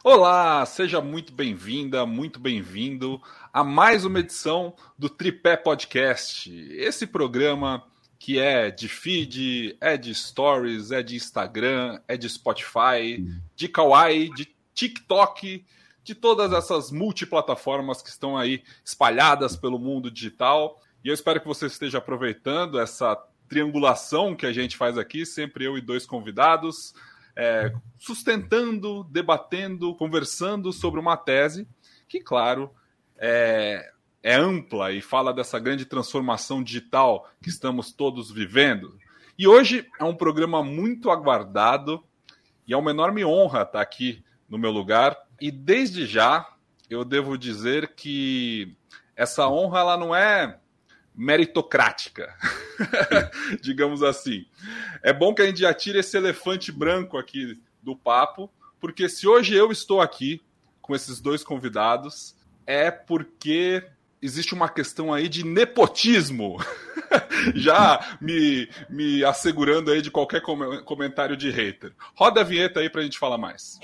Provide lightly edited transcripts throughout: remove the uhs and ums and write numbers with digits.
Olá, seja muito bem-vinda, muito bem-vindo a mais uma edição do Tripé Podcast. Esse programa que é de feed, é de stories, é de Instagram, é de Spotify, de Kawaii, de TikTok, de todas essas multiplataformas que estão aí espalhadas pelo mundo digital. E eu espero que você esteja aproveitando essa triangulação que a gente faz aqui, sempre eu e dois convidados, sustentando, debatendo, conversando sobre uma tese que, claro, é ampla e fala dessa grande transformação digital que estamos todos vivendo. E hoje é um programa muito aguardado e é uma enorme honra estar aqui no meu lugar. E desde já eu devo dizer que essa honra ela não é meritocrática, digamos assim. É bom que a gente já tire esse elefante branco aqui do papo, porque se hoje eu estou aqui com esses dois convidados, é porque existe uma questão aí de nepotismo, já me assegurando aí de qualquer comentário de hater. Roda a vinheta aí pra gente falar mais.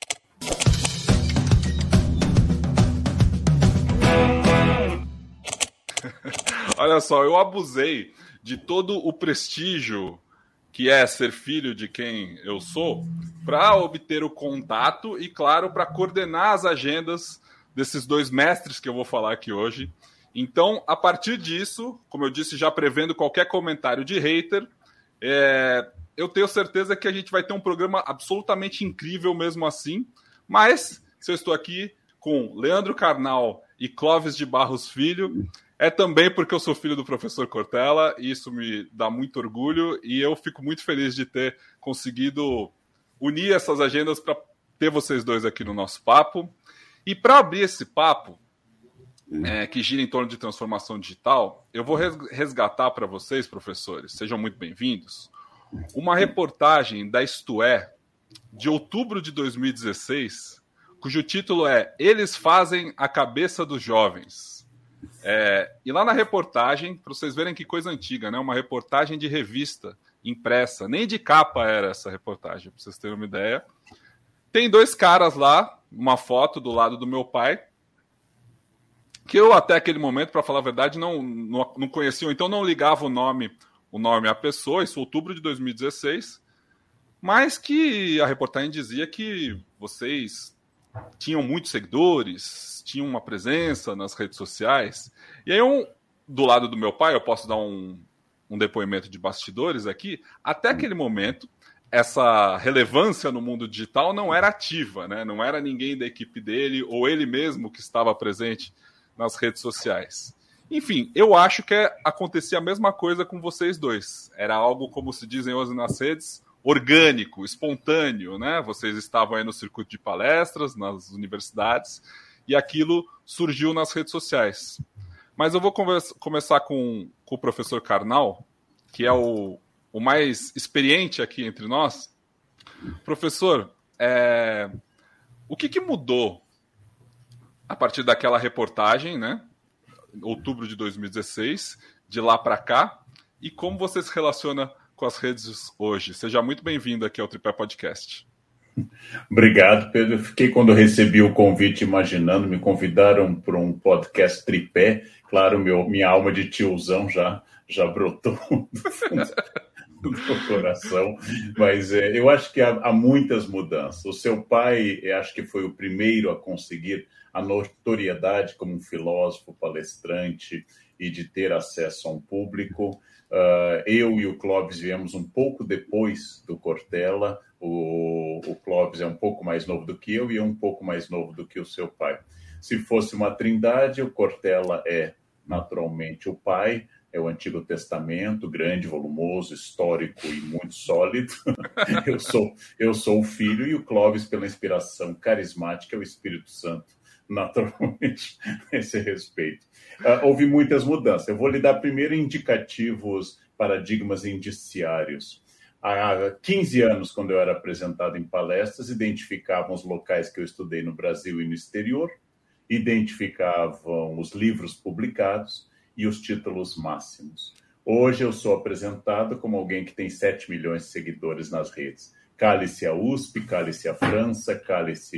Olha só, eu abusei de todo o prestígio que é ser filho de quem eu sou para obter o contato e, claro, para coordenar as agendas desses dois mestres que eu vou falar aqui hoje. Então, a partir disso, como eu disse, já prevendo qualquer comentário de hater, eu tenho certeza que a gente vai ter um programa absolutamente incrível mesmo assim. Mas, se eu estou aqui com Leandro Carnal e Clóvis de Barros Filho, é também porque eu sou filho do professor Cortella, e isso me dá muito orgulho, e eu fico muito feliz de ter conseguido unir essas agendas para ter vocês dois aqui no nosso papo. E para abrir esse papo, que gira em torno de transformação digital, eu vou resgatar para vocês, professores, sejam muito bem-vindos, uma reportagem da Isto É, de outubro de 2016, cujo título é Eles Fazem a Cabeça dos Jovens. E lá na reportagem, para vocês verem que coisa antiga, né? Uma reportagem de revista impressa, nem de capa era essa reportagem, para vocês terem uma ideia. Tem dois caras lá, uma foto do lado do meu pai, que eu até aquele momento, para falar a verdade, não conhecia, então não ligava o nome à pessoa, isso outubro de 2016, mas que a reportagem dizia que vocês tinham muitos seguidores, tinham uma presença nas redes sociais. E aí, do lado do meu pai, eu posso dar um depoimento de bastidores aqui. Até aquele momento, essa relevância no mundo digital não era ativa, né? Não era ninguém da equipe dele ou ele mesmo que estava presente nas redes sociais. Enfim, eu acho que acontecia a mesma coisa com vocês dois. Era algo, como se dizem hoje nas redes, orgânico, espontâneo, né? Vocês estavam aí no circuito de palestras, nas universidades, e aquilo surgiu nas redes sociais. Mas eu vou começar com o professor Carnal, que é o mais experiente aqui entre nós. Professor, o que mudou a partir daquela reportagem, né? Outubro de 2016, de lá para cá, e como você se relaciona com as redes hoje? Seja muito bem-vindo aqui ao Tripé Podcast. Obrigado, Pedro. Eu fiquei, quando eu recebi o convite, imaginando, me convidaram para um podcast Tripé. Claro, minha alma de tiozão já brotou do fundo do coração, mas eu acho que há muitas mudanças. O seu pai, eu acho que foi o primeiro a conseguir a notoriedade como um filósofo, palestrante e de ter acesso a um público. Eu e o Clóvis viemos um pouco depois do Cortella. O Clóvis é um pouco mais novo do que eu e um pouco mais novo do que o seu pai. Se fosse uma trindade, o Cortella é naturalmente o pai, é o Antigo Testamento, grande, volumoso, histórico e muito sólido. Eu sou o filho, e o Clóvis, pela inspiração carismática, é o Espírito Santo, naturalmente, nesse respeito. Houve muitas mudanças. Eu vou lhe dar primeiro indicativos, paradigmas indiciários. Há 15 anos, quando eu era apresentado em palestras, identificavam os locais que eu estudei no Brasil e no exterior, identificavam os livros publicados e os títulos máximos. Hoje eu sou apresentado como alguém que tem 7 milhões de seguidores nas redes. Cale-se a USP, cale-se a França, cale-se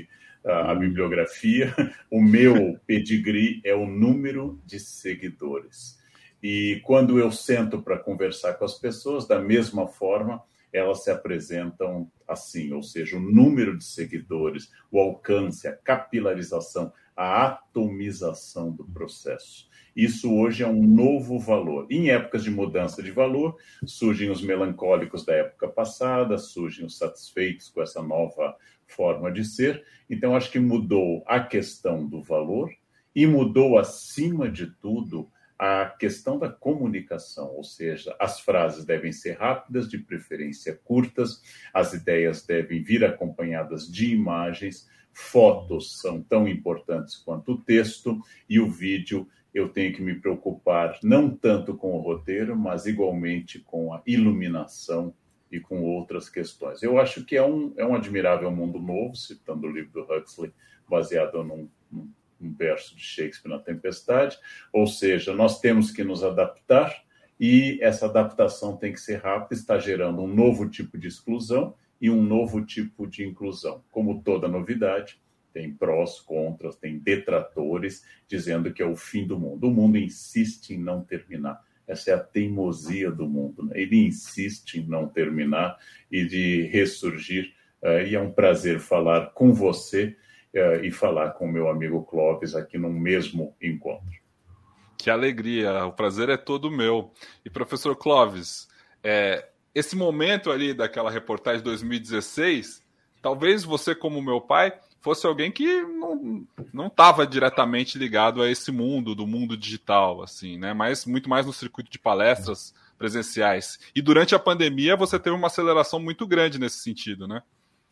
a bibliografia, o meu pedigree é o número de seguidores. E quando eu sento para conversar com as pessoas, da mesma forma, elas se apresentam assim, ou seja, o número de seguidores, o alcance, a capilarização, a atomização do processo. Isso hoje é um novo valor. Em épocas de mudança de valor, surgem os melancólicos da época passada, surgem os satisfeitos com essa nova forma de ser. Então, acho que mudou a questão do valor e mudou, acima de tudo, a questão da comunicação, ou seja, as frases devem ser rápidas, de preferência curtas, as ideias devem vir acompanhadas de imagens, fotos são tão importantes quanto o texto, e o vídeo eu tenho que me preocupar não tanto com o roteiro, mas igualmente com a iluminação e com outras questões. Eu acho que é um admirável mundo novo, citando o livro do Huxley, baseado num verso de Shakespeare na Tempestade, ou seja, nós temos que nos adaptar e essa adaptação tem que ser rápida, está gerando um novo tipo de exclusão e um novo tipo de inclusão. Como toda novidade, tem prós, contras, tem detratores dizendo que é o fim do mundo. O mundo insiste em não terminar. Essa é a teimosia do mundo, né? Ele insiste em não terminar e de ressurgir. E é um prazer falar com você e falar com o meu amigo Clóvis aqui no mesmo encontro. Que alegria, o prazer é todo meu. E professor Clóvis, esse momento ali daquela reportagem de 2016, talvez você, como meu pai, fosse alguém que não estava diretamente ligado a esse mundo, do mundo digital, assim, né? Mas muito mais no circuito de palestras presenciais. E durante a pandemia você teve uma aceleração muito grande nesse sentido, né?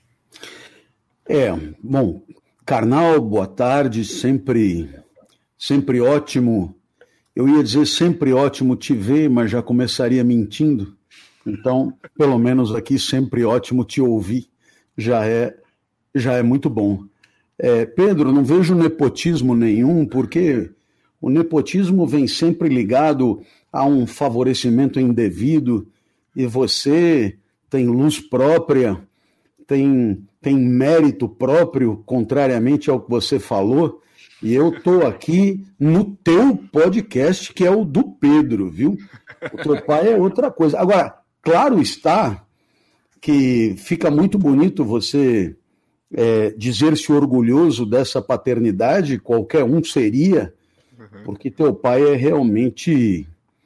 Bom, Karnal, boa tarde, sempre ótimo. Eu ia dizer sempre ótimo te ver, mas já começaria mentindo. Então, pelo menos aqui, sempre ótimo te ouvir. Já é muito bom. Pedro, não vejo nepotismo nenhum, porque o nepotismo vem sempre ligado a um favorecimento indevido, e você tem luz própria, tem mérito próprio, contrariamente ao que você falou, e eu estou aqui no teu podcast, que é o do Pedro, viu? O teu pai é outra coisa. Agora, claro está que fica muito bonito você dizer-se orgulhoso dessa paternidade, qualquer um seria, porque teu pai é realmente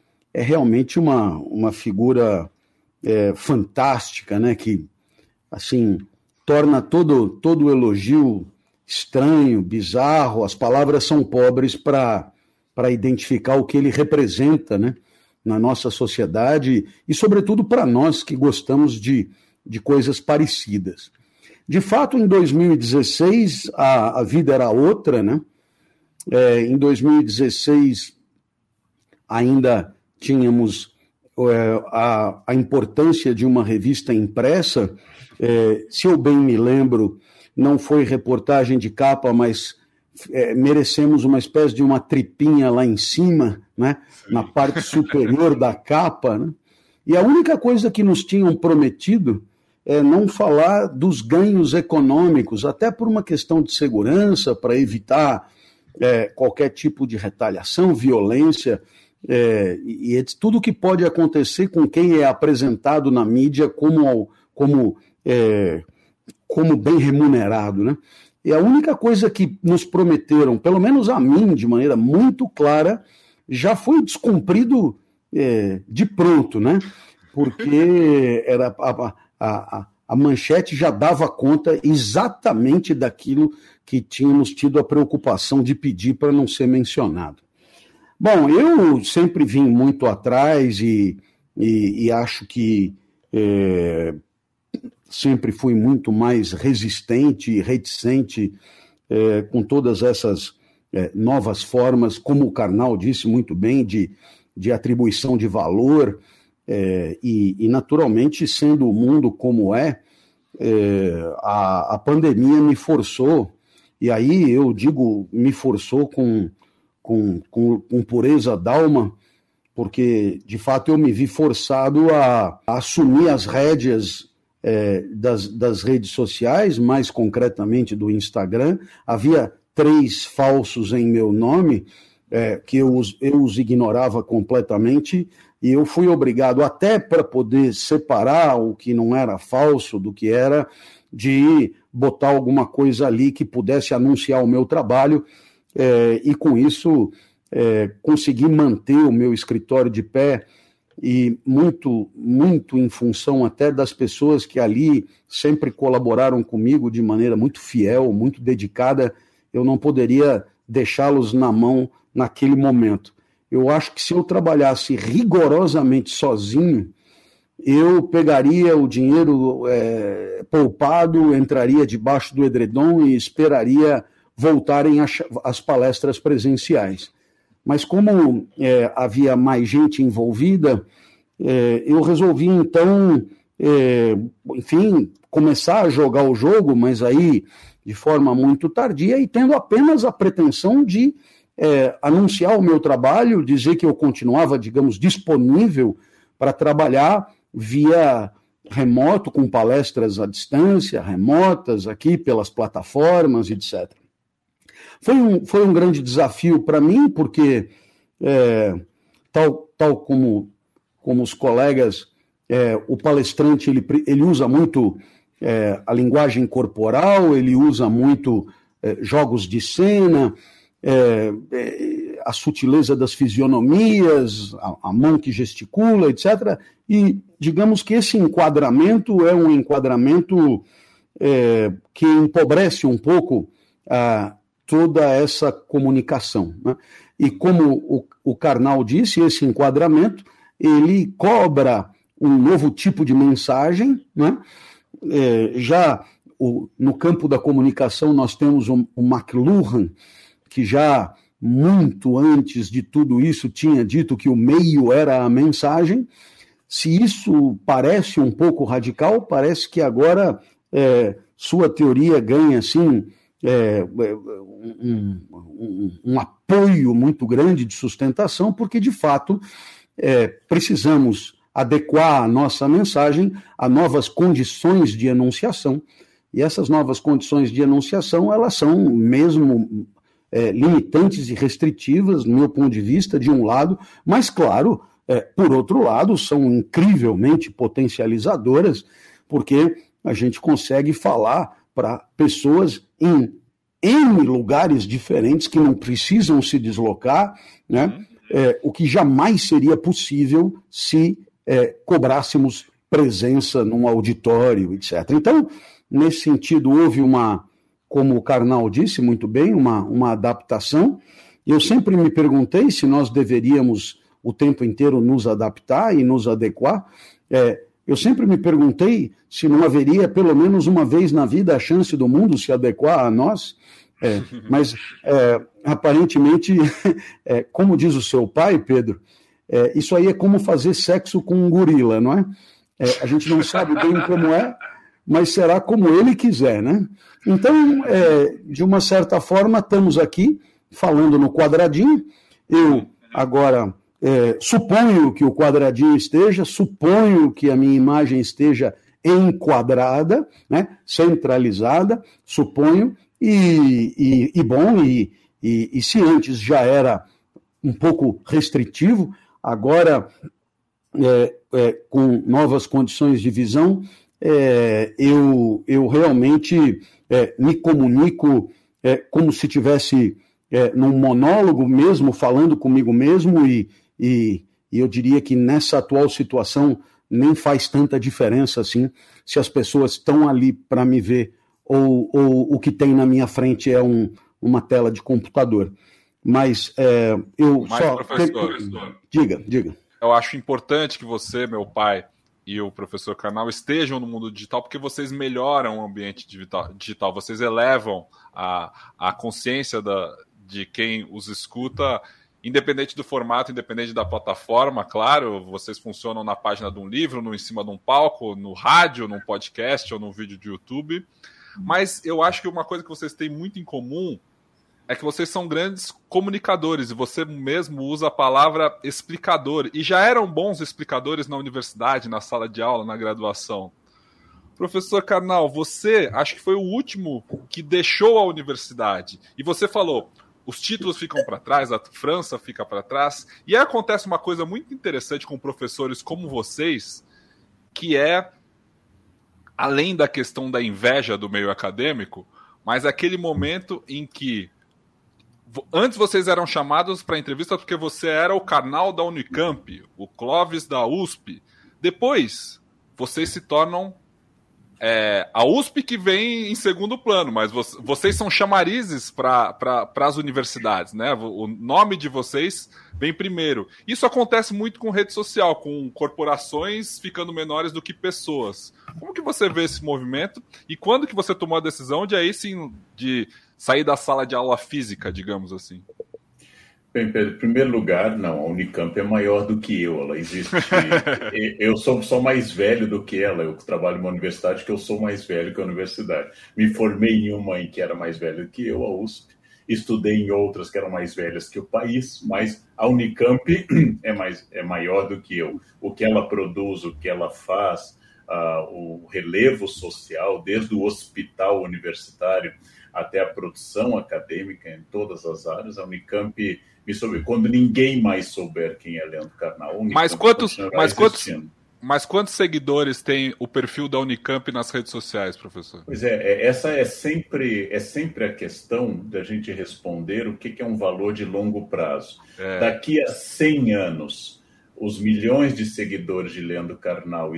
uma figura fantástica, né? Que, assim, torna todo o elogio estranho, bizarro. As palavras são pobres para identificar o que ele representa, né, na nossa sociedade e, sobretudo, para nós que gostamos de coisas parecidas. De fato, em 2016, a vida era outra, né? Em 2016, ainda tínhamos a importância de uma revista impressa. Se eu bem me lembro, não foi reportagem de capa, mas merecemos uma espécie de uma tripinha lá em cima, né? Na parte superior da capa, né? E a única coisa que nos tinham prometido é não falar dos ganhos econômicos, até por uma questão de segurança, para evitar qualquer tipo de retaliação, violência, e tudo que pode acontecer com quem é apresentado na mídia como bem remunerado, né? E a única coisa que nos prometeram, pelo menos a mim, de maneira muito clara, já foi descumprido de pronto, né? Porque era a manchete já dava conta exatamente daquilo que tínhamos tido a preocupação de pedir para não ser mencionado. Bom, eu sempre vim muito atrás e acho que sempre fui muito mais resistente e reticente com todas essas novas formas, como o Karnal disse muito bem, de atribuição de valor, e naturalmente, sendo o mundo como a pandemia me forçou, e aí eu digo me forçou com pureza d'alma, porque de fato eu me vi forçado a assumir as rédeas das redes sociais, mais concretamente do Instagram. Havia 3 falsos em meu nome, que eu os ignorava completamente, e eu fui obrigado, até para poder separar o que não era falso do que era, de botar alguma coisa ali que pudesse anunciar o meu trabalho, e com isso consegui manter o meu escritório de pé, e muito, muito em função até das pessoas que ali sempre colaboraram comigo de maneira muito fiel, muito dedicada. Eu não poderia deixá-los na mão naquele momento. Eu acho que se eu trabalhasse rigorosamente sozinho, eu pegaria o dinheiro poupado, entraria debaixo do edredom e esperaria voltarem as palestras presenciais. Mas como havia mais gente envolvida, eu resolvi então, enfim, começar a jogar o jogo, mas aí de forma muito tardia e tendo apenas a pretensão de anunciar o meu trabalho, dizer que eu continuava, digamos, disponível para trabalhar via remoto, com palestras à distância, remotas aqui pelas plataformas, etc. Foi um grande desafio para mim, porque, tal como os colegas, o palestrante ele usa muito a linguagem corporal, ele usa muito jogos de cena, a sutileza das fisionomias, a mão que gesticula, etc. E digamos que esse enquadramento é um enquadramento que empobrece um pouco toda essa comunicação, né? E como o Karnal disse, esse enquadramento, ele cobra um novo tipo de mensagem, né? No campo da comunicação nós temos o McLuhan, que já muito antes de tudo isso tinha dito que o meio era a mensagem. Se isso parece um pouco radical, parece que agora sua teoria ganha assim um apoio muito grande de sustentação, porque de fato precisamos adequar a nossa mensagem a novas condições de enunciação, e essas novas condições de enunciação, elas são mesmo limitantes e restritivas, do meu ponto de vista, de um lado, mas claro, por outro lado, são incrivelmente potencializadoras, porque a gente consegue falar para pessoas em N lugares diferentes que não precisam se deslocar, né? O que jamais seria possível se cobrássemos presença num auditório, etc. Então, nesse sentido, houve como o Karnal disse muito bem, uma adaptação. Eu sempre me perguntei se nós deveríamos o tempo inteiro nos adaptar e nos adequar. Eu sempre me perguntei se não haveria, pelo menos uma vez na vida, a chance do mundo se adequar a nós. Mas, aparentemente, como diz o seu pai, Pedro, isso aí é como fazer sexo com um gorila, não é? A gente não sabe bem como mas será como ele quiser, né? Então, de uma certa forma, estamos aqui falando no quadradinho. Eu agora suponho que o quadradinho suponho que a minha imagem esteja enquadrada, né? Centralizada, suponho, e se antes já era um pouco restritivo, agora, com novas condições de visão, eu realmente me comunico como se tivesse num monólogo mesmo, falando comigo mesmo, e eu diria que nessa atual situação nem faz tanta diferença assim, se as pessoas estão ali para me ver ou o que tem na minha frente é uma tela de computador. Mas professor, Diga. Eu acho importante que você, meu pai, e o professor Karnal estejam no mundo digital, porque vocês melhoram o ambiente digital, vocês elevam a consciência de quem os escuta, independente do formato, independente da plataforma. Claro, vocês funcionam na página de um livro, em cima de um palco, no rádio, num podcast ou num vídeo de YouTube, mas eu acho que uma coisa que vocês têm muito em comum é que vocês são grandes comunicadores, e você mesmo usa a palavra explicador, e já eram bons explicadores na universidade, na sala de aula, na graduação. Professor Karnal, você acho que foi o último que deixou a universidade. E você falou, os títulos ficam para trás, a França fica para trás. E aí acontece uma coisa muito interessante com professores como vocês, que é, além da questão da inveja do meio acadêmico, mas aquele momento em que antes vocês eram chamados para entrevista porque você era o Karnal da Unicamp, o Clóvis da USP. Depois, vocês se tornam a USP que vem em segundo plano, mas vocês são chamarizes para as universidades, né? O nome de vocês vem primeiro. Isso acontece muito com rede social, com corporações ficando menores do que pessoas. Como que você vê esse movimento? E quando que você tomou a decisão de aí sim de sair da sala de aula física, digamos assim? Bem, Pedro, em primeiro lugar, não, a Unicamp é maior do que eu, ela existe. Eu sou mais velho do que ela, eu trabalho em uma universidade que eu sou mais velho que a universidade. Me formei em uma em que era mais velha do que eu, a USP, estudei em outras que eram mais velhas que o país, mas a Unicamp é maior do que eu. O que ela produz, o que ela faz, o relevo social, desde o hospital universitário até a produção acadêmica em todas as áreas, a Unicamp me soube. Quando ninguém mais souber quem é Leandro Karnal, mas quantos seguidores tem o perfil da Unicamp nas redes sociais, professor? Pois essa é sempre a questão da gente responder o que é um valor de longo prazo. Daqui a 100 anos, os milhões de seguidores de Leandro Karnal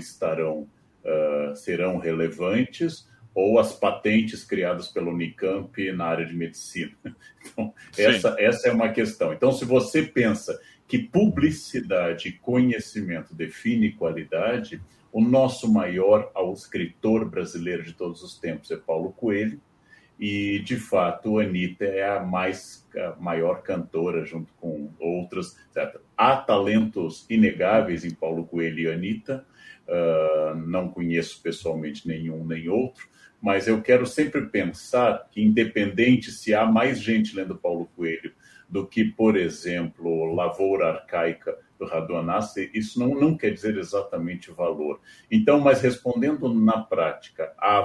serão relevantes, ou as patentes criadas pela Unicamp na área de medicina. Então, essa é uma questão. Então, se você pensa que publicidade e conhecimento define qualidade, o nosso maior escritor brasileiro de todos os tempos é Paulo Coelho, e, de fato, a Anitta é a maior cantora, junto com outras, etc. Há talentos inegáveis em Paulo Coelho e Anitta, não conheço pessoalmente nenhum nem outro, mas eu quero sempre pensar que, independente se há mais gente lendo Paulo Coelho do que, por exemplo, Lavoura Arcaica do Radonassi, isso não quer dizer exatamente o valor. Então, mas respondendo na prática, há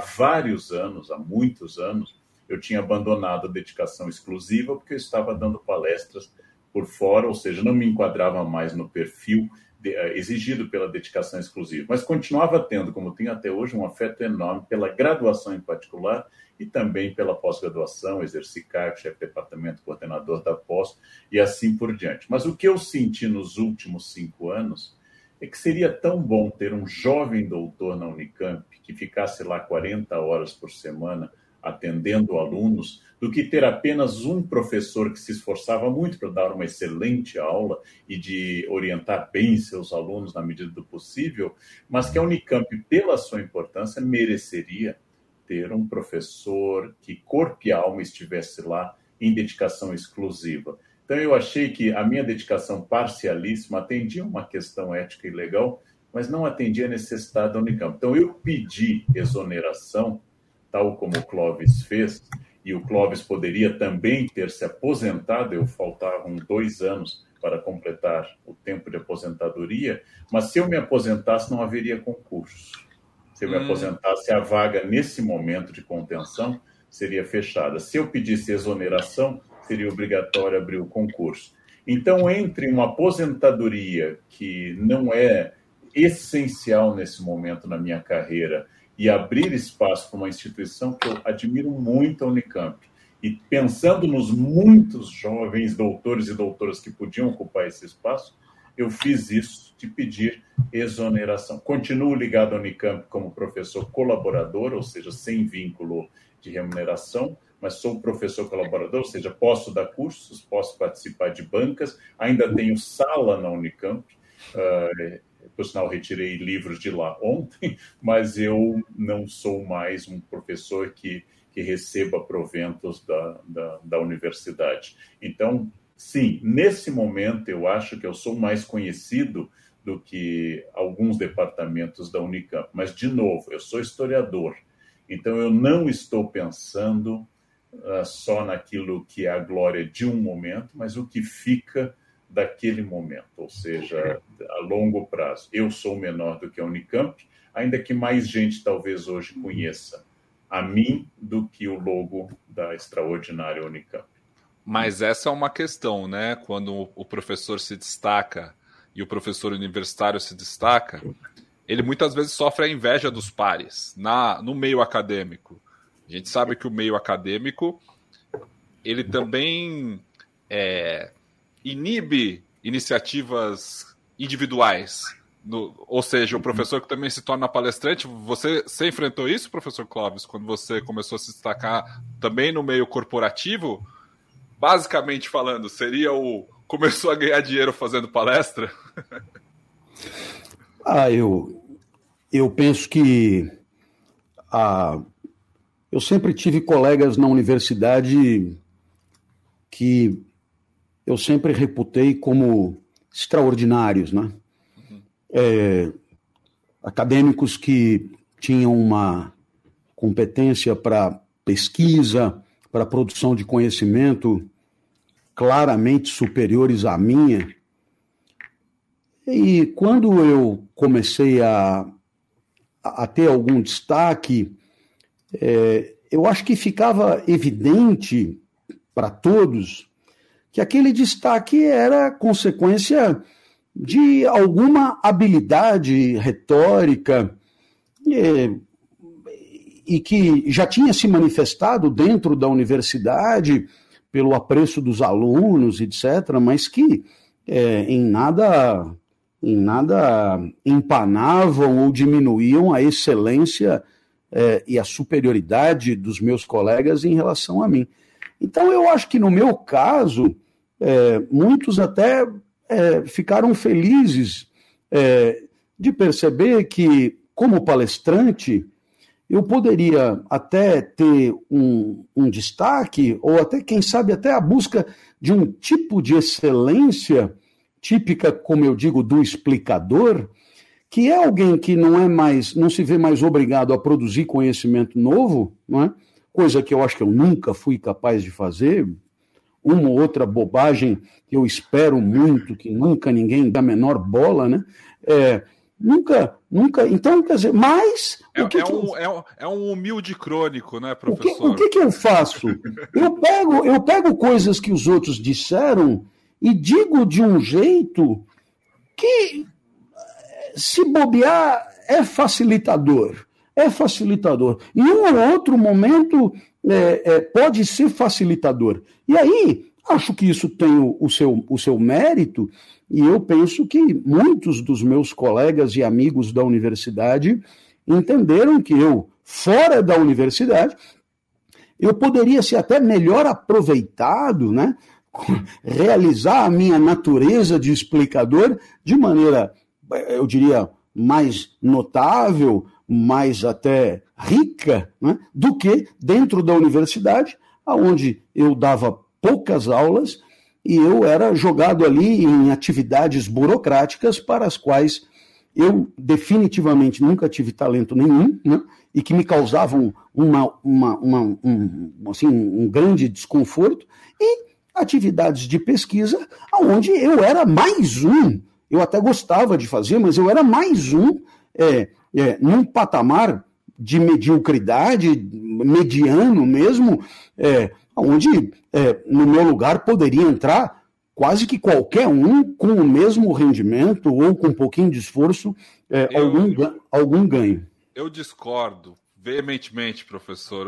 muitos anos, eu tinha abandonado a dedicação exclusiva porque eu estava dando palestras por fora, ou seja, não me enquadrava mais no perfil exigido pela dedicação exclusiva, mas continuava tendo, como tenho até hoje, um afeto enorme pela graduação em particular e também pela pós-graduação, exerci cargo, chefe de departamento, coordenador da pós e assim por diante. Mas o que eu senti nos últimos 5 anos é que seria tão bom ter um jovem doutor na Unicamp que ficasse lá 40 horas por semana atendendo alunos, do que ter apenas um professor que se esforçava muito para dar uma excelente aula e de orientar bem seus alunos na medida do possível, mas que a Unicamp, pela sua importância, mereceria ter um professor que corpo e alma estivesse lá em dedicação exclusiva. Então, eu achei que a minha dedicação parcialíssima atendia uma questão ética e legal, mas não atendia a necessidade da Unicamp. Então, eu pedi exoneração, tal como o Clóvis fez, e o Clóvis poderia também ter se aposentado, faltavam 2 anos para completar o tempo de aposentadoria, mas se eu me aposentasse não haveria concurso. Se eu me aposentasse, a vaga nesse momento de contenção seria fechada. Se eu pedisse exoneração, seria obrigatório abrir o concurso. Então, entre uma aposentadoria que não é essencial nesse momento na minha carreira e abrir espaço para uma instituição que eu admiro muito, a Unicamp, e pensando nos muitos jovens doutores e doutoras que podiam ocupar esse espaço, eu fiz isso de pedir exoneração. Continuo ligado à Unicamp como professor colaborador, ou seja, sem vínculo de remuneração, mas sou professor colaborador, ou seja, posso dar cursos, posso participar de bancas, ainda tenho sala na Unicamp, por sinal, retirei livros de lá ontem, mas eu não sou mais um professor que receba proventos da universidade. Então, sim, nesse momento eu acho que eu sou mais conhecido do que alguns departamentos da Unicamp. Mas, de novo, eu sou historiador, então eu não estou pensando só naquilo que é a glória de um momento, mas o que fica daquele momento, ou seja, a longo prazo. Eu sou menor do que a Unicamp, ainda que mais gente talvez hoje conheça a mim do que o logo da extraordinária Unicamp. Mas essa é uma questão, né? Quando o professor se destaca e o professor universitário se destaca, ele muitas vezes sofre a inveja dos pares no meio acadêmico. A gente sabe que o meio acadêmico ele também inibe iniciativas individuais. Ou seja, o professor que também se torna palestrante. Você enfrentou isso, professor Clóvis, quando você começou a se destacar também no meio corporativo? Basicamente falando, começou a ganhar dinheiro fazendo palestra? Eu penso que eu sempre tive colegas na universidade que eu sempre reputei como extraordinários, né? Acadêmicos que tinham uma competência para pesquisa, para produção de conhecimento claramente superiores à minha. E quando eu comecei a ter algum destaque, eu acho que ficava evidente para todos que aquele destaque era consequência de alguma habilidade retórica e que já tinha se manifestado dentro da universidade pelo apreço dos alunos, etc., mas que em nada empanavam ou diminuíam a excelência e a superioridade dos meus colegas em relação a mim. Então, eu acho que no meu caso, muitos até ficaram felizes de perceber que, como palestrante, eu poderia até ter um destaque, ou até, quem sabe, até a busca de um tipo de excelência típica, como eu digo, do explicador, que é alguém que não se vê mais obrigado a produzir conhecimento novo, não é? Coisa que eu acho que eu nunca fui capaz de fazer, uma ou outra bobagem que eu espero muito que nunca ninguém dê a menor bola, né? Nunca, então, quer dizer, mas... É um humilde crônico, né, professor? O que eu faço? Eu pego coisas que os outros disseram e digo de um jeito que, se bobear, é facilitador. Em um ou outro momento pode ser facilitador. E aí, acho que isso tem o seu mérito, e eu penso que muitos dos meus colegas e amigos da universidade entenderam que eu, fora da universidade, eu poderia ser até melhor aproveitado, né? Realizar a minha natureza de explicador de maneira, eu diria, mais notável, mais até rica, né? Do que dentro da universidade, onde eu dava poucas aulas e eu era jogado ali em atividades burocráticas para as quais eu definitivamente nunca tive talento nenhum, né? E que me causavam um grande desconforto, e atividades de pesquisa onde eu era mais um. Eu até gostava de fazer, mas eu era mais um num patamar de mediocridade, mediano mesmo, onde no meu lugar poderia entrar quase que qualquer um com o mesmo rendimento ou com um pouquinho de esforço, algum ganho. Eu discordo veementemente, professor.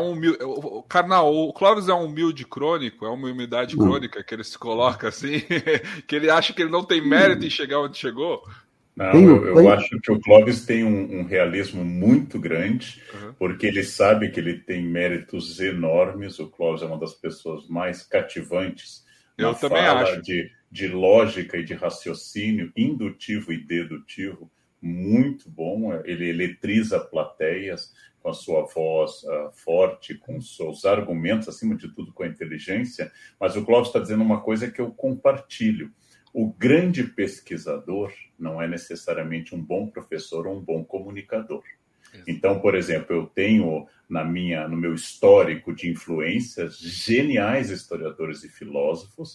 O Clóvis é um humilde crônico, é uma humildade crônica que ele se coloca assim, que ele acha que ele não tem mérito em chegar onde chegou. Não, eu acho que o Clóvis tem um realismo muito grande, porque ele sabe que ele tem méritos enormes. O Clóvis é uma das pessoas mais cativantes na fala de lógica e de raciocínio indutivo e dedutivo, muito bom. Ele eletriza plateias com a sua voz forte, com os seus argumentos, acima de tudo com a inteligência. Mas o Clóvis está dizendo uma coisa que eu compartilho. O grande pesquisador não é necessariamente um bom professor ou um bom comunicador. Então, por exemplo, eu tenho no meu histórico de influências geniais historiadores e filósofos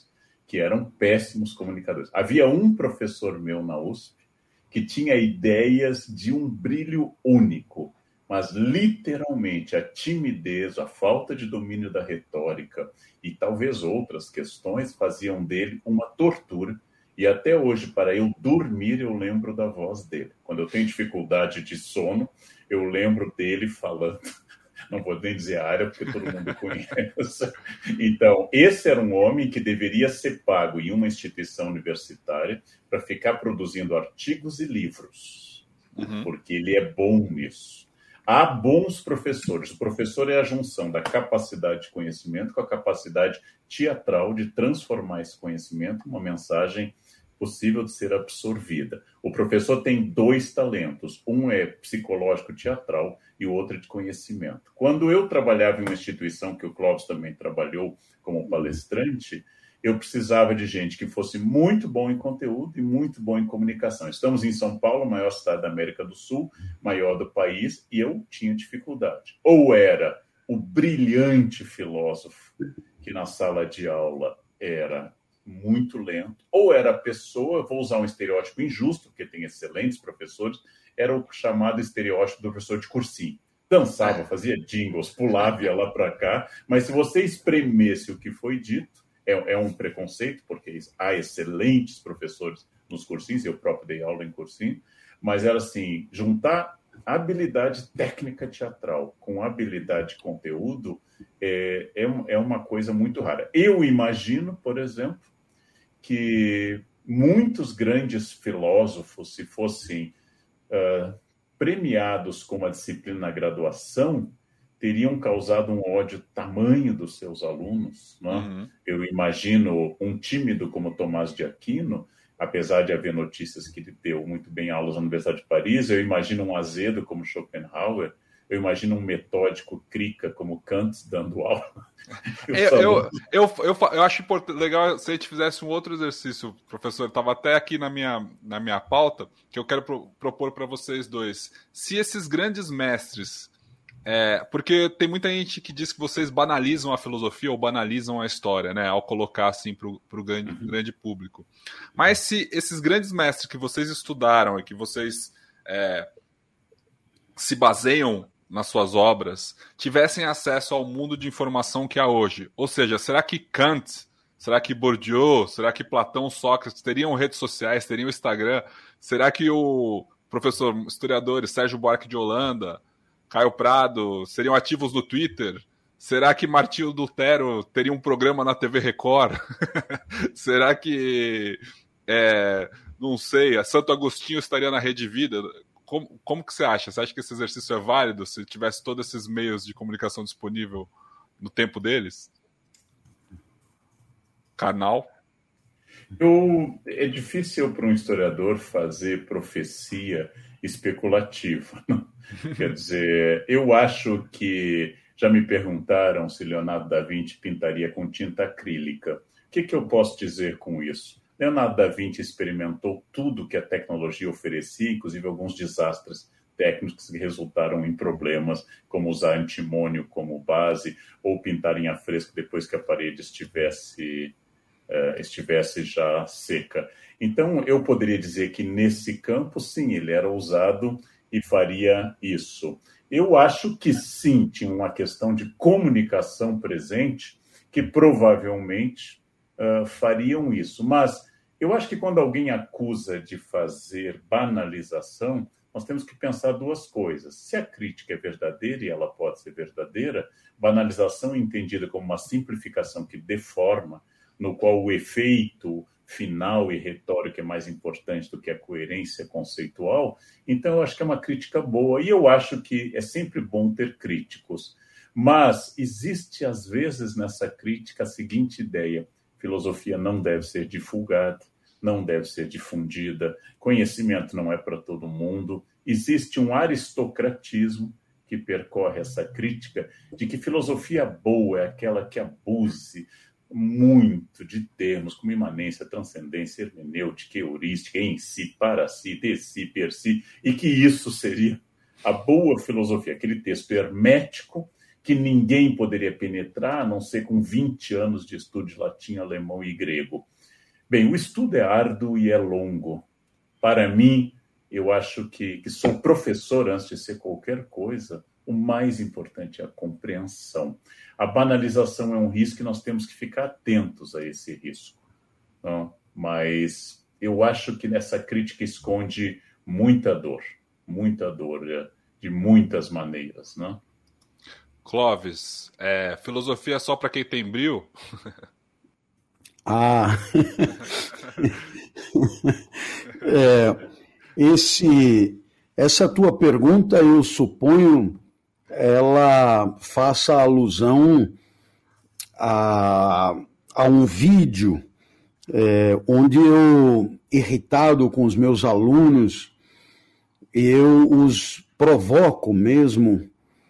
que eram péssimos comunicadores. Havia um professor meu na USP que tinha ideias de um brilho único, mas literalmente a timidez, a falta de domínio da retórica e talvez outras questões faziam dele uma tortura. E até hoje, para eu dormir, eu lembro da voz dele. Quando eu tenho dificuldade de sono, eu lembro dele falando. Não vou nem dizer a área, porque todo mundo conhece. Então, esse era um homem que deveria ser pago em uma instituição universitária para ficar produzindo artigos e livros, porque ele é bom nisso. Há bons professores. O professor é a junção da capacidade de conhecimento com a capacidade teatral de transformar esse conhecimento em uma mensagem possível de ser absorvida. O professor tem 2 talentos. Um é psicológico teatral e o outro é de conhecimento. Quando eu trabalhava em uma instituição que o Clóvis também trabalhou como palestrante, eu precisava de gente que fosse muito bom em conteúdo e muito bom em comunicação. Estamos em São Paulo, maior cidade da América do Sul, maior do país, e eu tinha dificuldade. Ou era o brilhante filósofo que na sala de aula era muito lento, ou era a pessoa, vou usar um estereótipo injusto, porque tem excelentes professores, era o chamado estereótipo do professor de cursinho. Dançava, fazia jingles, pulava, ia lá para cá, mas se você espremesse o que foi dito, é um preconceito, porque há excelentes professores nos cursinhos, eu próprio dei aula em cursinho, mas era assim, juntar habilidade técnica teatral com habilidade de conteúdo é uma coisa muito rara. Eu imagino, por exemplo, que muitos grandes filósofos, se fossem premiados com uma disciplina na graduação, teriam causado um ódio tamanho dos seus alunos. Né? Eu imagino um tímido como Tomás de Aquino, apesar de haver notícias que ele deu muito bem aulas na Universidade de Paris, eu imagino um azedo como Schopenhauer, eu imagino um metódico Krika como Kant dando aula. Eu acho legal se a gente fizesse um outro exercício, professor. Estava até aqui na minha pauta, que eu quero propor para vocês dois. Se esses grandes mestres... porque tem muita gente que diz que vocês banalizam a filosofia ou banalizam a história, né, ao colocar assim para o grande público. Mas se esses grandes mestres que vocês estudaram e que vocês se baseiam nas suas obras, tivessem acesso ao mundo de informação que há hoje, ou seja, será que Kant, será que Bourdieu, será que Platão, Sócrates teriam redes sociais, teriam Instagram? Será que o professor historiador Sérgio Buarque de Holanda, Caio Prado, seriam ativos no Twitter? Será que Martinho Lutero teria um programa na TV Record? Será que, não sei, a Santo Agostinho estaria na Rede Vida? Como que você acha? Você acha que esse exercício é válido se tivesse todos esses meios de comunicação disponível no tempo deles? Canal? É difícil para um historiador fazer profecia especulativa. Quer dizer, eu acho que já me perguntaram se Leonardo da Vinci pintaria com tinta acrílica. O que eu posso dizer com isso? Leonardo da Vinci experimentou tudo que a tecnologia oferecia, inclusive alguns desastres técnicos que resultaram em problemas, como usar antimônio como base ou pintar em afresco depois que a parede estivesse já seca. Então, eu poderia dizer que nesse campo, sim, ele era ousado e faria isso. Eu acho que sim, tinha uma questão de comunicação presente que provavelmente fariam isso. Mas eu acho que quando alguém acusa de fazer banalização, nós temos que pensar 2 coisas. Se a crítica é verdadeira, e ela pode ser verdadeira, banalização é entendida como uma simplificação que deforma, no qual o efeito final e retórico é mais importante do que a coerência conceitual, então eu acho que é uma crítica boa, e eu acho que é sempre bom ter críticos. Mas existe, às vezes, nessa crítica a seguinte ideia: filosofia não deve ser divulgada, não deve ser difundida, conhecimento não é para todo mundo. Existe um aristocratismo que percorre essa crítica de que filosofia boa é aquela que abuse muito de termos como imanência, transcendência, hermenêutica, heurística, em si, para si, de si, per si, e que isso seria a boa filosofia, aquele texto hermético que ninguém poderia penetrar, a não ser com 20 anos de estudo de latim, alemão e grego. Bem, o estudo é árduo e é longo. Para mim, eu acho que sou professor antes de ser qualquer coisa. O mais importante é a compreensão. A banalização é um risco e nós temos que ficar atentos a esse risco. Não? Mas eu acho que nessa crítica esconde muita dor de muitas maneiras. Não? Clóvis, filosofia é só para quem tem brio? Essa tua pergunta, eu suponho, ela faça alusão a um vídeo onde eu, irritado com os meus alunos, eu os provoco mesmo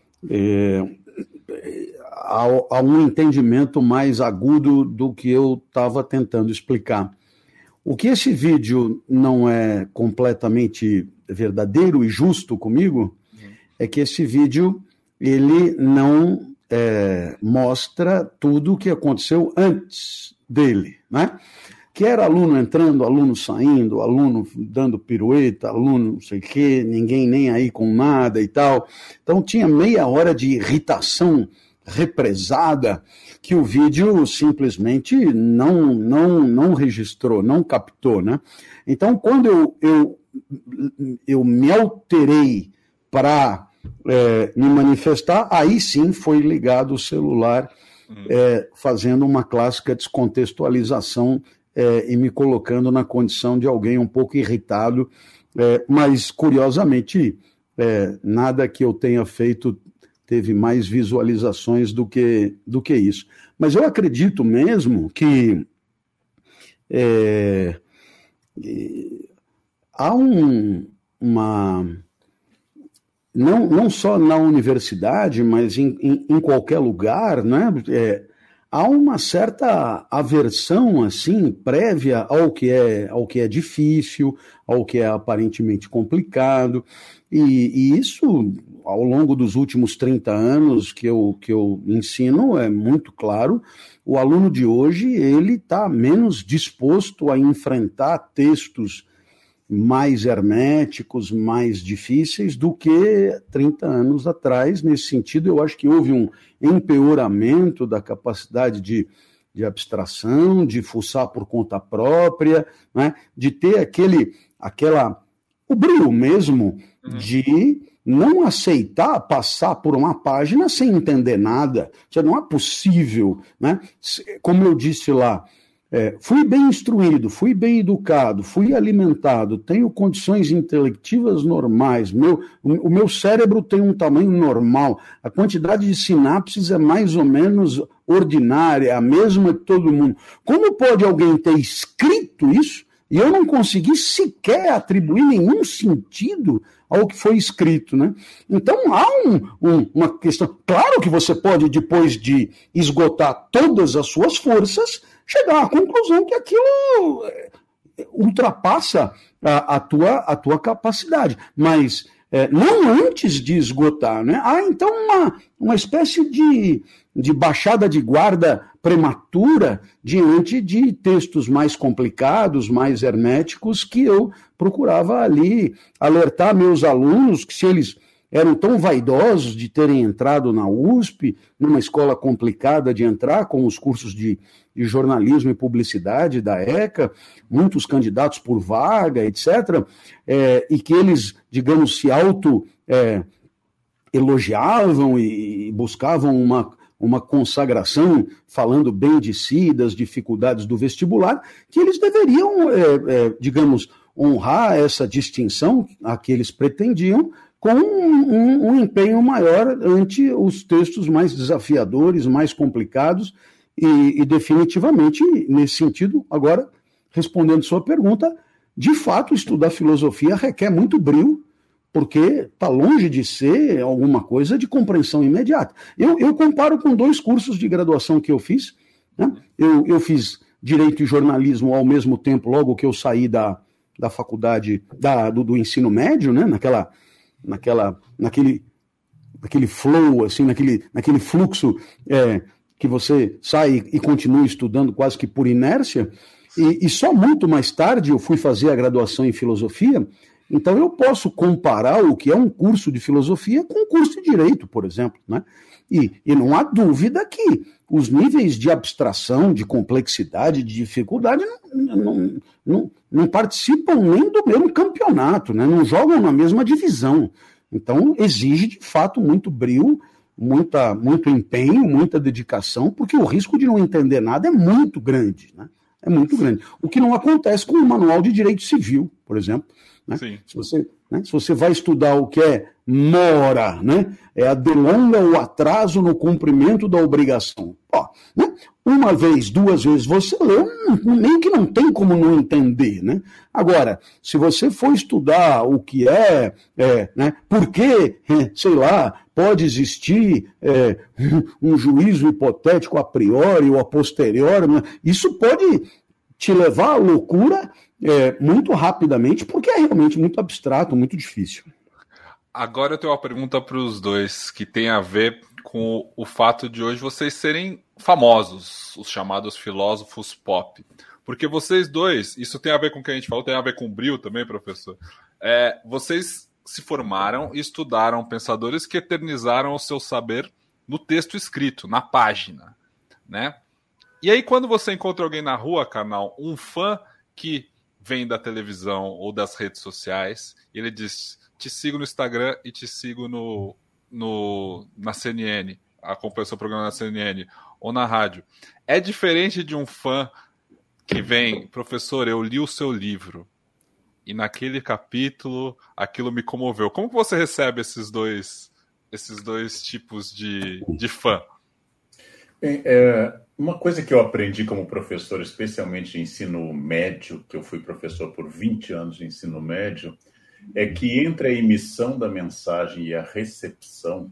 a um entendimento mais agudo do que eu estava tentando explicar. O que esse vídeo não é completamente verdadeiro e justo comigo é que esse vídeo ele não mostra tudo o que aconteceu antes dele, né? Que era aluno entrando, aluno saindo, aluno dando pirueta, aluno não sei o quê, ninguém nem aí com nada e tal. Então tinha meia hora de irritação represada que o vídeo simplesmente não registrou, não captou, né? Então, quando eu me alterei para me manifestar, aí sim foi ligado o celular, fazendo uma clássica descontextualização e me colocando na condição de alguém um pouco irritado, mas, curiosamente, nada que eu tenha feito teve mais visualizações do que isso. Mas eu acredito mesmo que há não só na universidade, mas em qualquer lugar, né? Há uma certa aversão assim prévia ao que é difícil, ao que é aparentemente complicado, e isso, ao longo dos últimos 30 anos que eu ensino, é muito claro. O aluno de hoje ele está menos disposto a enfrentar textos mais herméticos, mais difíceis do que 30 anos atrás. Nesse sentido, eu acho que houve um empeoramento da capacidade de abstração, de fuçar por conta própria, né? De ter o brilho mesmo de não aceitar passar por uma página sem entender nada. Isso não é possível, né? Como eu disse lá, fui bem instruído, fui bem educado, fui alimentado, tenho condições intelectivas normais, o meu cérebro tem um tamanho normal, a quantidade de sinapses é mais ou menos ordinária, a mesma que todo mundo. Como pode alguém ter escrito isso e eu não consegui sequer atribuir nenhum sentido ao que foi escrito, né? Então há uma questão. Claro que você pode, depois de esgotar todas as suas forças, chegar à conclusão que aquilo ultrapassa a tua capacidade, mas não antes de esgotar, né? Há então uma espécie de baixada de guarda prematura diante de textos mais complicados, mais herméticos, que eu procurava ali alertar meus alunos que, se eles eram tão vaidosos de terem entrado na USP, numa escola complicada de entrar, com os cursos de jornalismo e publicidade da ECA, muitos candidatos por vaga, etc., e que eles, digamos, se elogiavam e buscavam uma consagração, falando bem de si, das dificuldades do vestibular, que eles deveriam, digamos, honrar essa distinção a que eles pretendiam, com um empenho maior ante os textos mais desafiadores, mais complicados, e definitivamente, nesse sentido, agora, respondendo sua pergunta, de fato, estudar filosofia requer muito brio, porque está longe de ser alguma coisa de compreensão imediata. Eu comparo com 2 cursos de graduação que eu fiz, né? Eu fiz Direito e Jornalismo ao mesmo tempo, logo que eu saí da faculdade, do ensino médio, né? Naquele flow, assim, naquele fluxo que você sai e continua estudando quase que por inércia. E só muito mais tarde eu fui fazer a graduação em filosofia, então eu posso comparar o que é um curso de filosofia com um curso de direito, por exemplo, né? E não há dúvida que os níveis de abstração, de complexidade, de dificuldade não participam nem do mesmo campeonato, né? Não jogam na mesma divisão. Então exige, de fato, muito brio, muito empenho, muita dedicação, porque o risco de não entender nada é muito grande, né? É muito grande. O que não acontece com o Manual de Direito Civil, por exemplo. Né? Sim. Se você vai estudar o que é mora, né? É a delonga ou atraso no cumprimento da obrigação. Ó, né? Uma vez, duas vezes você leu, nem que não tem como não entender. Né? Agora, se você for estudar o que né? Por que, sei lá, pode existir um juízo hipotético a priori ou a posteriori, né? Isso pode te levar à loucura muito rapidamente, porque é realmente muito abstrato, muito difícil. Agora eu tenho uma pergunta para os dois, que tem a ver com o fato de hoje vocês serem famosos, os chamados filósofos pop. Porque vocês dois, isso tem a ver com o que a gente falou, tem a ver com o brio também, professor. Vocês se formaram e estudaram pensadores que eternizaram o seu saber no texto escrito, na página, né? E aí, quando você encontra alguém na rua, canal, um fã que vem da televisão ou das redes sociais, e ele diz: te sigo no Instagram e te sigo na CNN, acompanho seu programa na CNN ou na rádio. É diferente de um fã que vem: professor, eu li o seu livro e naquele capítulo aquilo me comoveu. Como que você recebe esses dois tipos de fã? Bem, uma coisa que eu aprendi como professor, especialmente de ensino médio, que eu fui professor por 20 anos de ensino médio, é que entre a emissão da mensagem e a recepção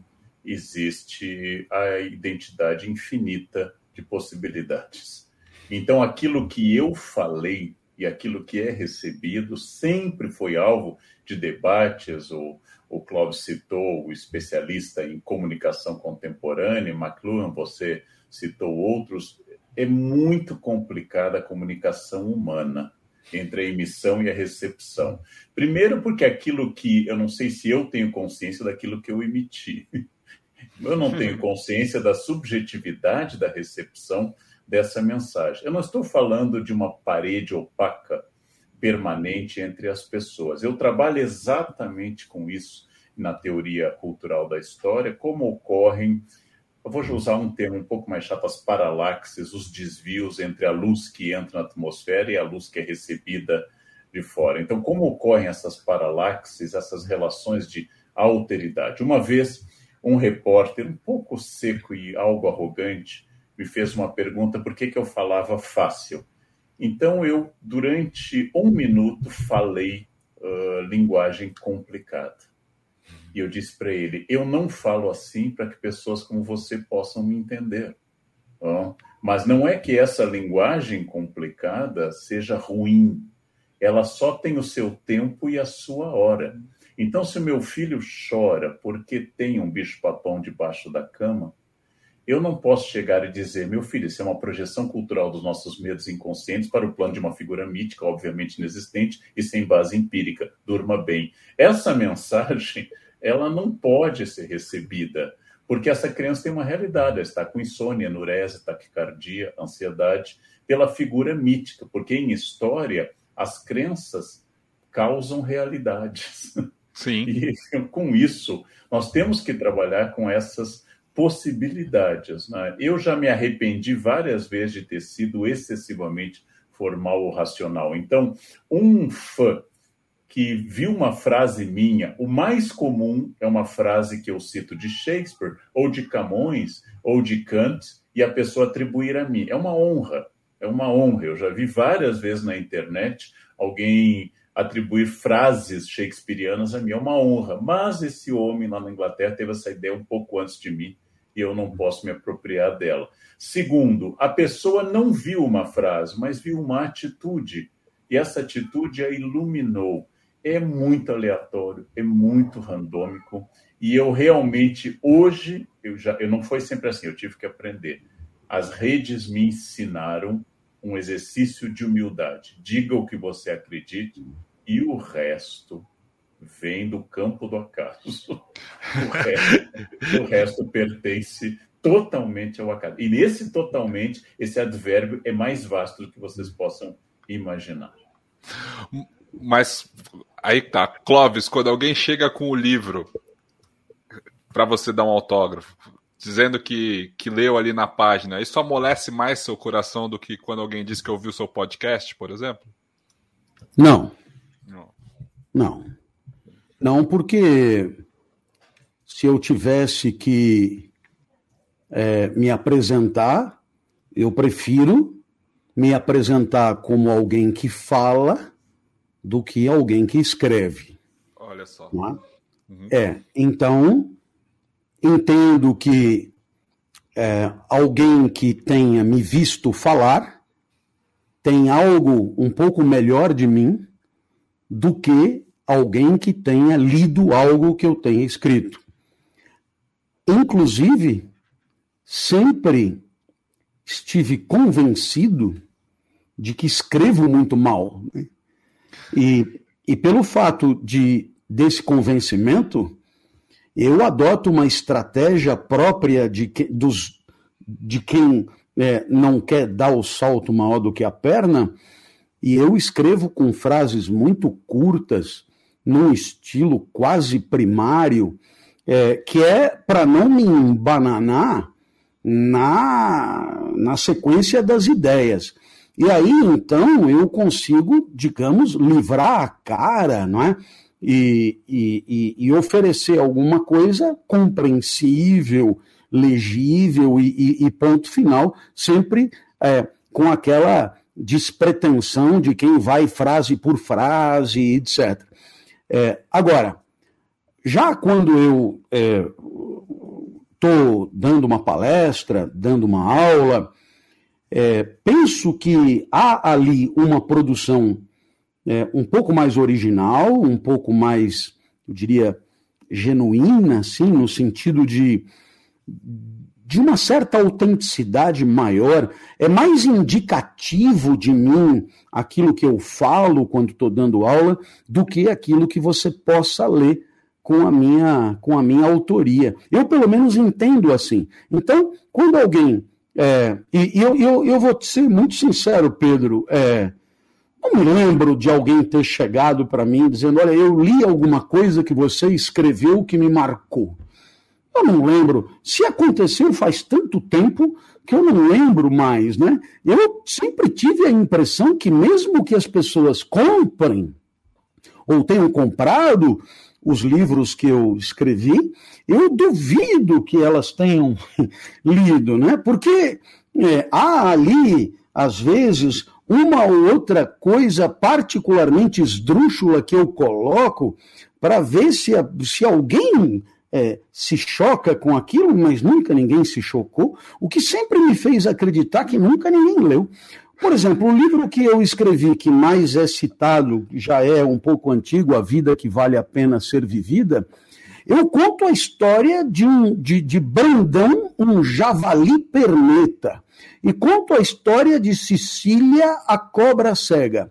existe a identidade infinita de possibilidades. Então, aquilo que eu falei e aquilo que é recebido sempre foi alvo de debates. O Clóvis citou o especialista em comunicação contemporânea, McLuhan, você citou outros. É muito complicada a comunicação humana entre a emissão e a recepção. Primeiro porque aquilo que... Eu não sei se eu tenho consciência daquilo que eu emiti. Eu não tenho consciência da subjetividade da recepção dessa mensagem. Eu não estou falando de uma parede opaca permanente entre as pessoas. Eu trabalho exatamente com isso na teoria cultural da história, como ocorrem... Eu vou usar um termo um pouco mais chato, as paralaxes, os desvios entre a luz que entra na atmosfera e a luz que é recebida de fora. Então, como ocorrem essas paralaxes, essas relações de alteridade? Uma vez, um repórter um pouco seco e algo arrogante me fez uma pergunta: por que eu falava fácil? Então, eu, durante 1 minuto, falei linguagem complicada. E eu disse para ele: eu não falo assim para que pessoas como você possam me entender. Mas não é que essa linguagem complicada seja ruim. Ela só tem o seu tempo e a sua hora. Então, se o meu filho chora porque tem um bicho-papão debaixo da cama, eu não posso chegar e dizer: meu filho, isso é uma projeção cultural dos nossos medos inconscientes para o plano de uma figura mítica, obviamente inexistente e sem base empírica. Durma bem. Essa mensagem... ela não pode ser recebida, porque essa criança tem uma realidade, ela está com insônia, enurese, taquicardia, ansiedade, pela figura mítica, porque em história as crenças causam realidades. Sim. E com isso, nós temos que trabalhar com essas possibilidades. Né? Eu já me arrependi várias vezes de ter sido excessivamente formal ou racional. Então, um fã que viu uma frase minha, o mais comum é uma frase que eu cito de Shakespeare, ou de Camões, ou de Kant, e a pessoa atribuir a mim. É uma honra, é uma honra. Eu já vi várias vezes na internet alguém atribuir frases shakespearianas a mim. É uma honra. Mas esse homem lá na Inglaterra teve essa ideia um pouco antes de mim, e eu não posso me apropriar dela. Segundo, a pessoa não viu uma frase, mas viu uma atitude, e essa atitude a iluminou. É muito aleatório, é muito randômico, e eu realmente, hoje, eu não foi sempre assim, eu tive que aprender. As redes me ensinaram um exercício de humildade. Diga o que você acredite e o resto vem do campo do acaso. O resto pertence totalmente ao acaso. E nesse totalmente, esse advérbio é mais vasto do que vocês possam imaginar. Mas aí tá, Clóvis, quando alguém chega com o livro para você dar um autógrafo, dizendo que leu ali na página, isso amolece mais seu coração do que quando alguém diz que ouviu seu podcast, por exemplo? Não. Não, porque se eu tivesse que me apresentar, eu prefiro me apresentar como alguém que fala do que alguém que escreve. Olha só. Não é? Uhum. Então, entendo que alguém que tenha me visto falar tem algo um pouco melhor de mim do que alguém que tenha lido algo que eu tenha escrito. Inclusive, sempre estive convencido de que escrevo muito mal. E pelo fato desse convencimento, eu adoto uma estratégia própria de quem não quer dar o salto maior do que a perna, e eu escrevo com frases muito curtas, num estilo quase primário, que é para não me embananar na sequência das ideias. E aí, então, eu consigo, digamos, livrar a cara, não é? E oferecer alguma coisa compreensível, legível e ponto final, sempre com aquela despretensão de quem vai frase por frase, etc. Agora, já quando eu estou dando uma palestra, dando uma aula, penso que há ali uma produção um pouco mais original, um pouco mais, eu diria, genuína, assim, no sentido de uma certa autenticidade maior, é mais indicativo de mim aquilo que eu falo quando estou dando aula do que aquilo que você possa ler com a minha autoria. Eu, pelo menos, entendo assim. Então, quando alguém... eu vou ser muito sincero, Pedro, não me lembro de alguém ter chegado para mim dizendo, olha, eu li alguma coisa que você escreveu que me marcou. Eu não lembro. Se aconteceu faz tanto tempo que eu não lembro mais, né? Eu sempre tive a impressão que mesmo que as pessoas comprem ou tenham comprado os livros que eu escrevi, eu duvido que elas tenham lido, né? Porque há ali, às vezes, uma ou outra coisa particularmente esdrúxula que eu coloco para ver se alguém se choca com aquilo, mas nunca ninguém se chocou, o que sempre me fez acreditar que nunca ninguém leu. Por exemplo, o livro que eu escrevi, que mais é citado, já é um pouco antigo, A Vida que Vale a Pena Ser Vivida, eu conto a história de Brandão, um javali perneta, e conto a história de Cecília, a cobra cega.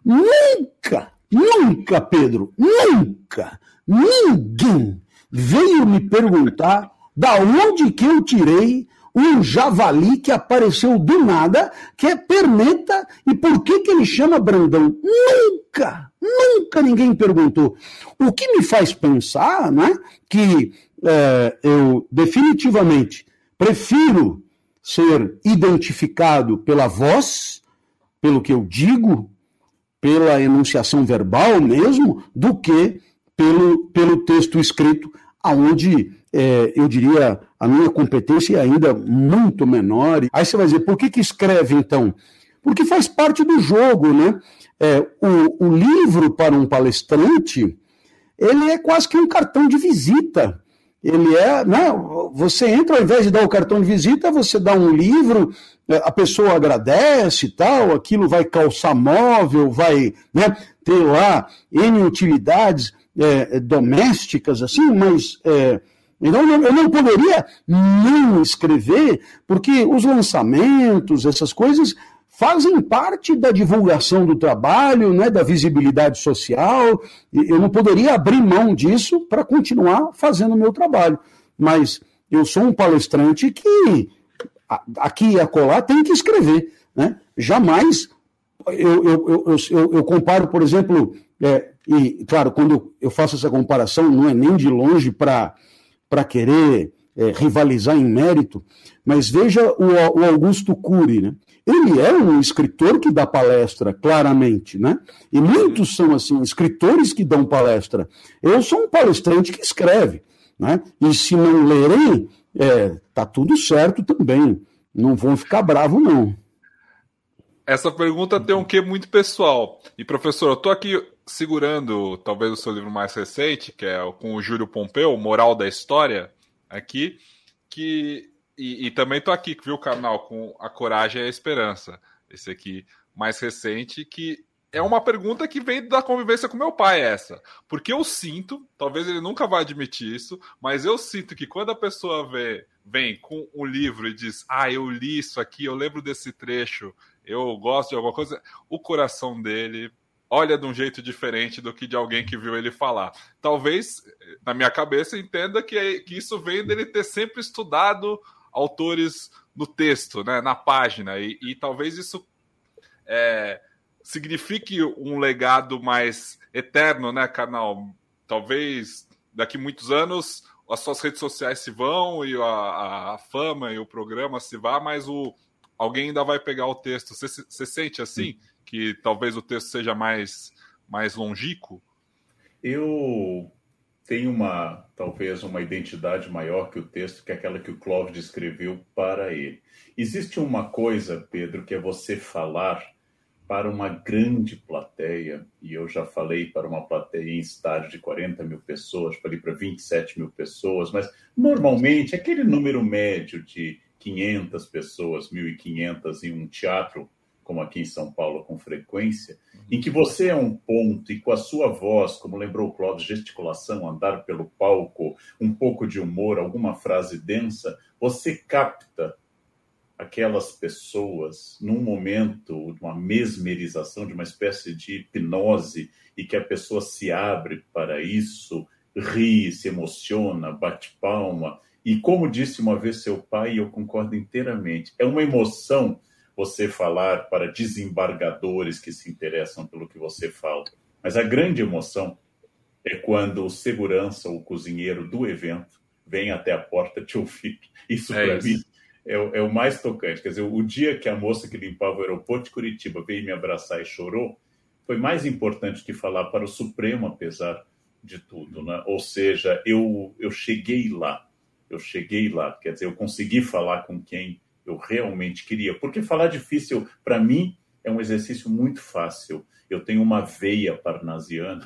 Nunca, Pedro, nunca, ninguém veio me perguntar da onde que eu tirei um javali que apareceu do nada, que é perneta, e por que ele chama Brandão? Nunca ninguém perguntou. O que me faz pensar, né, que eu definitivamente prefiro ser identificado pela voz, pelo que eu digo, pela enunciação verbal mesmo, do que pelo texto escrito, onde eu diria a minha competência é ainda muito menor. Aí você vai dizer, por que escreve então? Porque faz parte do jogo, né? O livro para um palestrante, ele é quase que um cartão de visita. Ele né? Você entra, ao invés de dar o cartão de visita, você dá um livro, a pessoa agradece e tal, aquilo vai calçar móvel, vai, né, ter lá N utilidades domésticas, assim, mas Então, eu não poderia não escrever, porque os lançamentos, essas coisas, fazem parte da divulgação do trabalho, né, da visibilidade social. Eu não poderia abrir mão disso para continuar fazendo o meu trabalho. Mas eu sou um palestrante que, aqui e acolá, tem que escrever. Né? Jamais eu comparo, por exemplo, e claro, quando eu faço essa comparação, não é nem de longe para querer rivalizar em mérito, mas veja o Augusto Cury, né? Ele é um escritor que dá palestra, claramente, né? E muitos são, assim, escritores que dão palestra. Eu sou um palestrante que escreve, né? E se não lerem, tá tudo certo também. Não vão ficar bravos, não. Essa pergunta tem um quê muito pessoal. E, professor, eu estou aqui segurando, talvez, o seu livro mais recente, que é com o Júlio Pompeu, Moral da História, aqui, e também estou aqui, viu, o canal, com A Coragem e a Esperança, esse aqui mais recente, que é uma pergunta que vem da convivência com meu pai, essa. Porque eu sinto, talvez ele nunca vai admitir isso, mas eu sinto que quando a pessoa vem com um livro e diz, eu li isso aqui, eu lembro desse trecho, eu gosto de alguma coisa, o coração dele olha de um jeito diferente do que de alguém que viu ele falar. Talvez, na minha cabeça, entenda que isso vem dele ter sempre estudado autores no texto, né, na página, e talvez isso signifique um legado mais eterno, né, canal? Talvez daqui a muitos anos as suas redes sociais se vão e a fama e o programa se vá, mas alguém ainda vai pegar o texto. Você sente assim? Que talvez o texto seja mais longínquo? Eu tenho talvez uma identidade maior que o texto, que é aquela que o Clóvis descreveu para ele. Existe uma coisa, Pedro, que é você falar para uma grande plateia, e eu já falei para uma plateia em estágio de 40 mil pessoas, falei para 27 mil pessoas, mas normalmente aquele número médio de 500 pessoas, 1.500 em um teatro, como aqui em São Paulo com frequência, em que você é um ponto e com a sua voz, como lembrou o Clóvis, gesticulação, andar pelo palco, um pouco de humor, alguma frase densa, você capta aquelas pessoas num momento de uma mesmerização, de uma espécie de hipnose, e que a pessoa se abre para isso, ri, se emociona, bate palma. E como disse uma vez seu pai, e eu concordo inteiramente, é uma emoção você falar para desembargadores que se interessam pelo que você fala. Mas a grande emoção é quando o segurança, o cozinheiro do evento, vem até a porta te ouvir. Isso, para mim, é o mais tocante. Quer dizer, o dia que a moça que limpava o aeroporto de Curitiba veio me abraçar e chorou, foi mais importante que falar para o Supremo, apesar de tudo, né? Ou seja, eu cheguei lá. Quer dizer, eu consegui falar com quem eu realmente queria. Porque falar difícil, para mim, é um exercício muito fácil. Eu tenho uma veia parnasiana,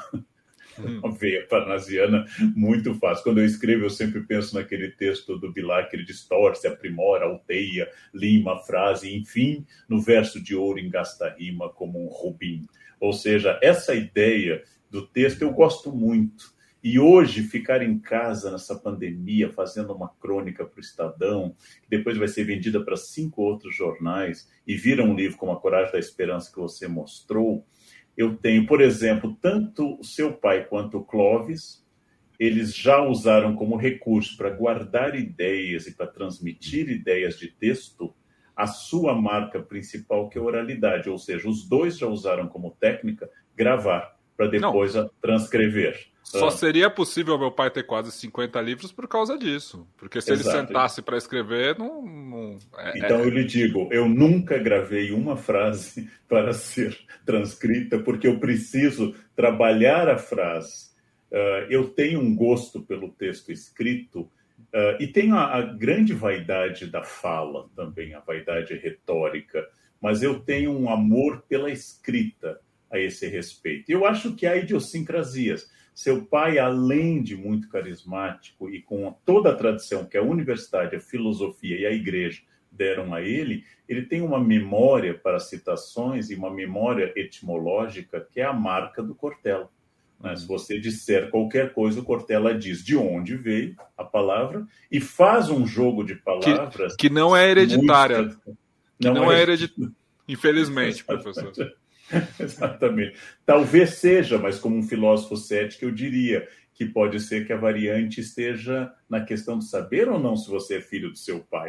muito fácil. Quando eu escrevo, eu sempre penso naquele texto do Bilar, que ele distorce, aprimora, alteia, lima a frase, enfim, no verso de ouro engasta a rima como um rubim. Ou seja, essa ideia do texto eu gosto muito. E hoje, ficar em casa nessa pandemia, fazendo uma crônica para o Estadão, que depois vai ser vendida para 5 outros jornais, e vira um livro como A Coragem da Esperança que você mostrou, eu tenho, por exemplo, tanto o seu pai quanto o Clóvis, eles já usaram como recurso para guardar ideias e para transmitir ideias de texto a sua marca principal, que é a oralidade. Ou seja, os dois já usaram como técnica gravar para depois transcrever. Só seria possível meu pai ter quase 50 livros por causa disso. Porque se ele sentasse para escrever, Então eu lhe digo, eu nunca gravei uma frase para ser transcrita, porque eu preciso trabalhar a frase. Eu tenho um gosto pelo texto escrito e tenho a grande vaidade da fala também, a vaidade retórica, mas eu tenho um amor pela escrita a esse respeito. Eu acho que há idiosincrasias. Seu pai, além de muito carismático e com toda a tradição que a universidade, a filosofia e a igreja deram a ele tem uma memória para citações e uma memória etimológica que é a marca do Cortella. Né? Se você disser qualquer coisa, o Cortella diz de onde veio a palavra e faz um jogo de palavras... Que não é hereditária. Não é hereditária, infelizmente, professor. Exatamente. Talvez seja, mas como um filósofo cético, eu diria que pode ser que a variante esteja na questão de saber ou não se você é filho do seu pai.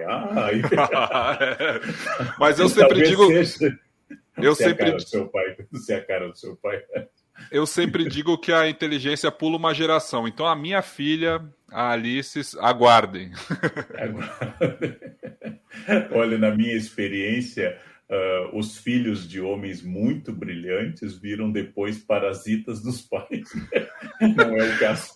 Mas eu sempre digo... Se a cara do seu pai. Eu sempre digo que a inteligência pula uma geração. Então a minha filha, a Alice, aguardem. Olha, na minha experiência... os filhos de homens muito brilhantes viram depois parasitas dos pais. Não é o caso.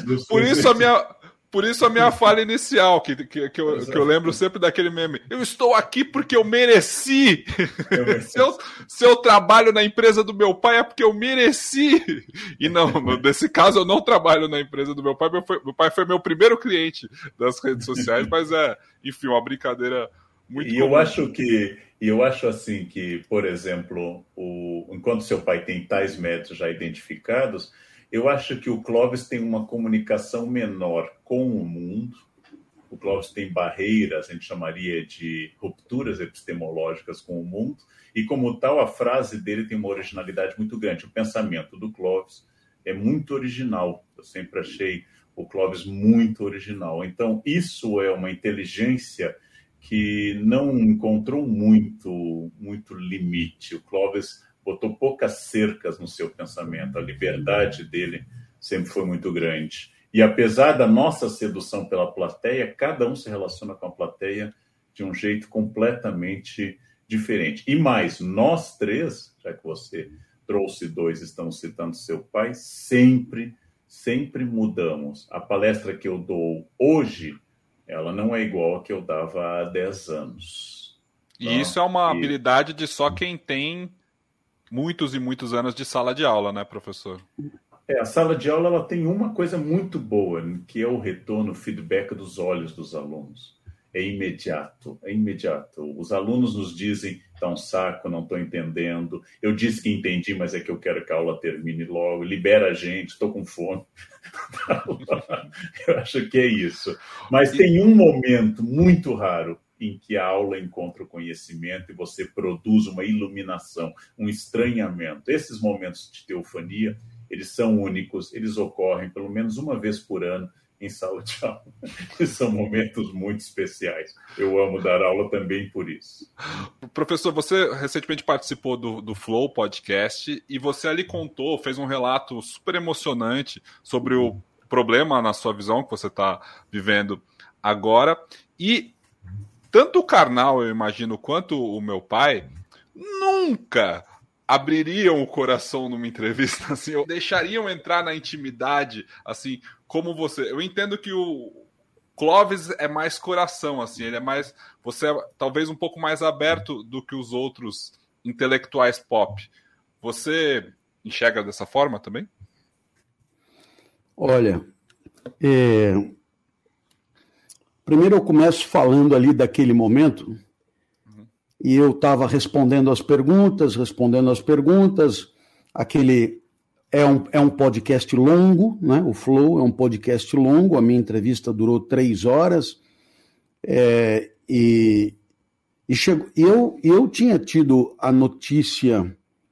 Por isso a minha fala inicial, que eu lembro sempre daquele meme. Eu estou aqui porque eu mereci. Se eu trabalho na empresa do meu pai é porque eu mereci. E não, nesse caso eu não trabalho na empresa do meu pai. Meu pai foi meu primeiro cliente das redes sociais, mas enfim, uma brincadeira muito comum. Eu acho assim que, por exemplo, enquanto seu pai tem tais métodos já identificados, eu acho que o Clóvis tem uma comunicação menor com o mundo. O Clóvis tem barreiras, a gente chamaria de rupturas epistemológicas com o mundo, e como tal, a frase dele tem uma originalidade muito grande. O pensamento do Clóvis é muito original. Eu sempre achei o Clóvis muito original. Então, isso é uma inteligência que não encontrou muito limite. O Clóvis botou poucas cercas no seu pensamento. A liberdade dele sempre foi muito grande. E apesar da nossa sedução pela plateia, cada um se relaciona com a plateia de um jeito completamente diferente. E mais, nós três, já que você trouxe dois, estamos citando seu pai, sempre mudamos. A palestra que eu dou hoje, ela não é igual a que eu dava há 10 anos. E isso é uma habilidade de só quem tem muitos e muitos anos de sala de aula, né, professor? A sala de aula ela tem uma coisa muito boa, que é o retorno, o feedback dos olhos dos alunos. É imediato. Os alunos nos dizem, tá um saco, não estou entendendo. Eu disse que entendi, mas é que eu quero que a aula termine logo. Libera a gente, estou com fome. Eu acho que é isso. Mas tem um momento muito raro em que a aula encontra o conhecimento e você produz uma iluminação, um estranhamento. Esses momentos de teofania, eles são únicos, eles ocorrem pelo menos uma vez por ano em sala de aula. São momentos muito especiais. Eu amo dar aula também por isso. Professor, você recentemente participou do Flow Podcast e você ali fez um relato super emocionante sobre o problema, na sua visão, que você está vivendo agora. E tanto o Karnal, eu imagino, quanto o meu pai, nunca abririam o coração numa entrevista assim, ou deixariam entrar na intimidade, assim, como você. Eu entendo que o Clóvis é mais coração, assim, ele é mais. Você é talvez um pouco mais aberto do que os outros intelectuais pop. Você enxerga dessa forma também? Olha, primeiro eu começo falando ali daquele momento. E eu estava respondendo as perguntas. Aquele é um podcast longo, né? O Flow é um podcast longo. A minha entrevista durou 3 horas. Eu tinha tido a notícia.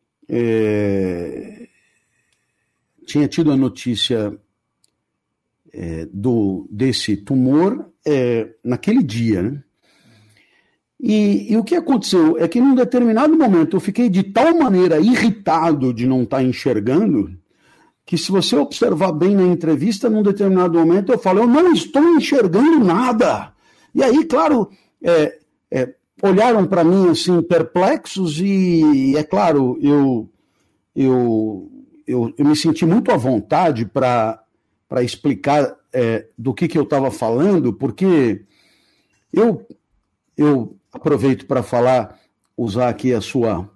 Desse tumor naquele dia, né? E o que aconteceu é que num determinado momento eu fiquei de tal maneira irritado de não estar enxergando, que se você observar bem na entrevista, num determinado momento eu falo, eu não estou enxergando nada. E aí, claro, olharam para mim assim, perplexos, e é claro, eu me senti muito à vontade para explicar do que eu estava falando, porque eu aproveito para usar aqui a sua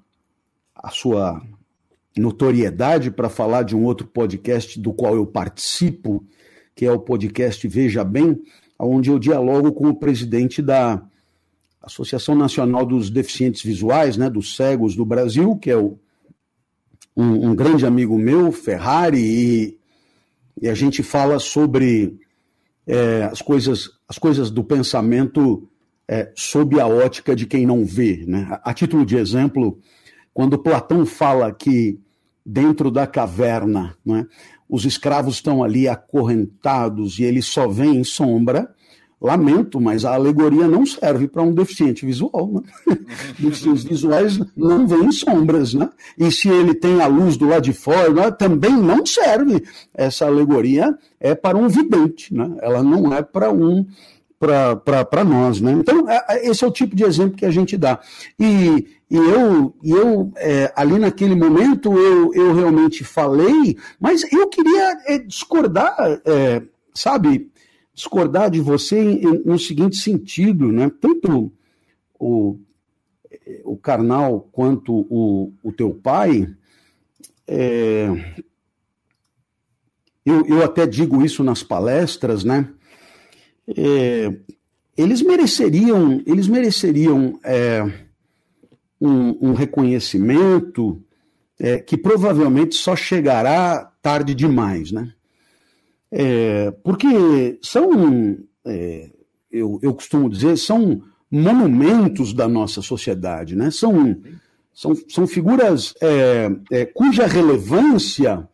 notoriedade para falar de um outro podcast do qual eu participo, que é o podcast Veja Bem, onde eu dialogo com o presidente da Associação Nacional dos Deficientes Visuais, né, dos Cegos do Brasil, que é o um grande amigo meu, Ferrari, e a gente fala sobre as coisas do pensamento sob a ótica de quem não vê, né? A título de exemplo, quando Platão fala que dentro da caverna, né, os escravos estão ali acorrentados e eles só veem sombra, lamento, mas a alegoria não serve para um deficiente visual, né? Deficientes visuais não veem sombras, né? E se ele tem a luz do lado de fora, né, também não serve. Essa alegoria é para um vidente, né? Ela não é para nós, né? Então, esse é o tipo de exemplo que a gente dá. E eu ali naquele momento, eu realmente falei, mas eu queria discordar, sabe, discordar de você no seguinte sentido, né? Tanto o Karnal quanto o teu pai, eu até digo isso nas palestras, né? Eles mereceriam um reconhecimento que provavelmente só chegará tarde demais, né? Porque eu costumo dizer, são monumentos da nossa sociedade, né? São figuras cuja relevância